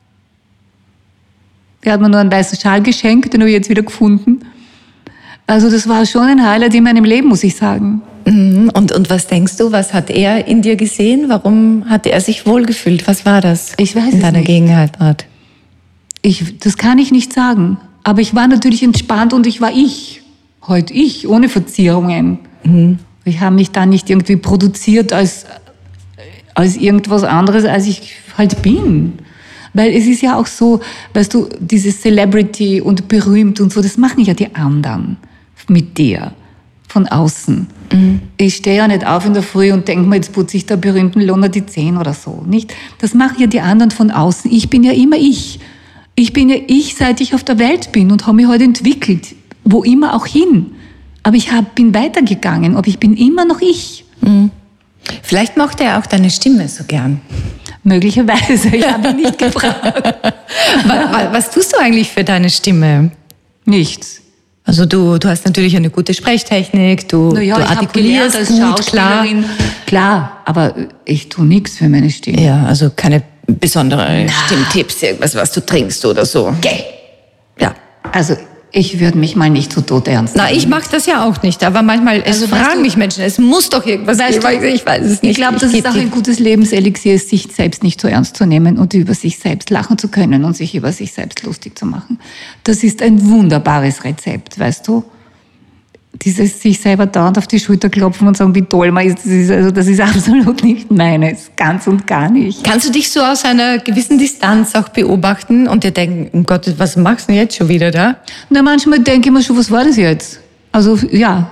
Er hat mir nur einen weißen Schal geschenkt, den habe ich jetzt wieder gefunden. Also das war schon ein Highlight in meinem Leben, muss ich sagen. Und was denkst du, was hat er in dir gesehen? Warum hat er sich wohlgefühlt? Was war das? Ich weiß es nicht. In deiner Gegenwart? Das kann ich nicht sagen. Aber ich war natürlich entspannt und ich war ich. Heute ich, ohne Verzierungen. Ich habe mich da nicht irgendwie produziert als irgendwas anderes, als ich halt bin. Weil es ist ja auch so, weißt du, dieses Celebrity und berühmt und so, das machen ja die anderen. mit dir von außen. Ich stehe ja nicht auf in der Früh und denke mir, jetzt putze ich der berühmten Lona die Zähne oder so. Nicht? Das machen ja die anderen von außen. Ich bin ja immer ich. Ich bin ja ich, seit ich auf der Welt bin und habe mich heute entwickelt. Wo immer auch hin. Aber ich bin weitergegangen, aber ich bin immer noch ich. Vielleicht mochte er auch deine Stimme so gern. Möglicherweise, ich habe ihn nicht gefragt. Was tust du eigentlich für deine Stimme? Nichts. Also du hast natürlich eine gute Sprechtechnik, du artikulierst als gut, klar. Klar, aber ich tue nichts für meine Stimme. Ja, also keine besonderen Stimmtipps, irgendwas, was du trinkst oder so. Okay. Ja. Also ich würde mich mal nicht so tot ernst nehmen. Na, ich mag das ja auch nicht, aber manchmal fragen mich Menschen, es muss doch irgendwas geben, ich weiß es nicht. Ich glaube, dass es auch ein gutes Lebenselixier ist, sich selbst nicht so ernst zu nehmen und über sich selbst lachen zu können und sich über sich selbst lustig zu machen. Das ist ein wunderbares Rezept, weißt du? Dieses sich selber dauernd auf die Schulter klopfen und sagen, wie toll man ist, das ist absolut nicht meines, ganz und gar nicht. Kannst du dich so aus einer gewissen Distanz auch beobachten und dir denken, um Gott, was machst du denn jetzt schon wieder da? Na, manchmal denke ich mir schon, was war das jetzt? Also, ja.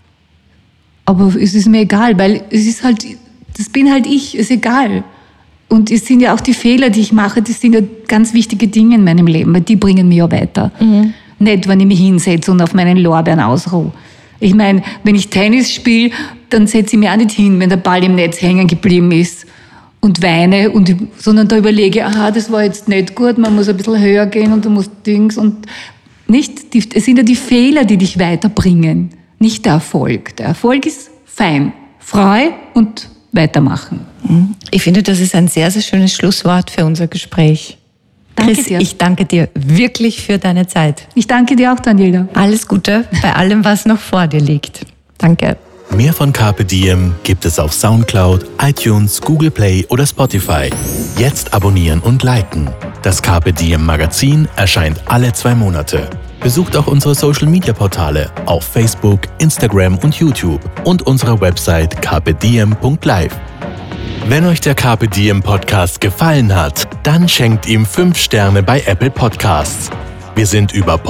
Aber es ist mir egal, weil es ist halt, das bin halt ich, ist egal. Und es sind ja auch die Fehler, die ich mache, das sind ja ganz wichtige Dinge in meinem Leben, weil die bringen mich ja weiter. Nicht, wenn ich mich hinsetze und auf meinen Lorbeeren ausruhe. Ich meine, wenn ich Tennis spiele, dann setze ich mich auch nicht hin, wenn der Ball im Netz hängen geblieben ist und weine, sondern da überlege, das war jetzt nicht gut, man muss ein bisschen höher gehen und du musst Dings und nicht. Es sind ja die Fehler, die dich weiterbringen, nicht der Erfolg. Der Erfolg ist fein, frei und weitermachen. Ich finde, das ist ein sehr, sehr schönes Schlusswort für unser Gespräch. Chris, ich danke dir wirklich für deine Zeit. Ich danke dir auch, Daniela. Alles Gute bei allem, was noch vor dir liegt. Danke. Mehr von Carpe Diem gibt es auf Soundcloud, iTunes, Google Play oder Spotify. Jetzt abonnieren und liken. Das Carpe Diem Magazin erscheint alle 2 Monate. Besucht auch unsere Social-Media-Portale auf Facebook, Instagram und YouTube und unsere Website carpediem.live. Wenn euch der Carpe Diem Podcast gefallen hat, dann schenkt ihm 5 Sterne bei Apple Podcasts. Wir sind über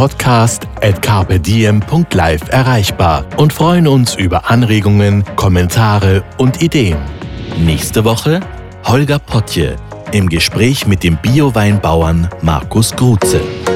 podcast@carpediem.live erreichbar und freuen uns über Anregungen, Kommentare und Ideen. Nächste Woche Holger Potje im Gespräch mit dem Bio-Weinbauern Markus Gruze.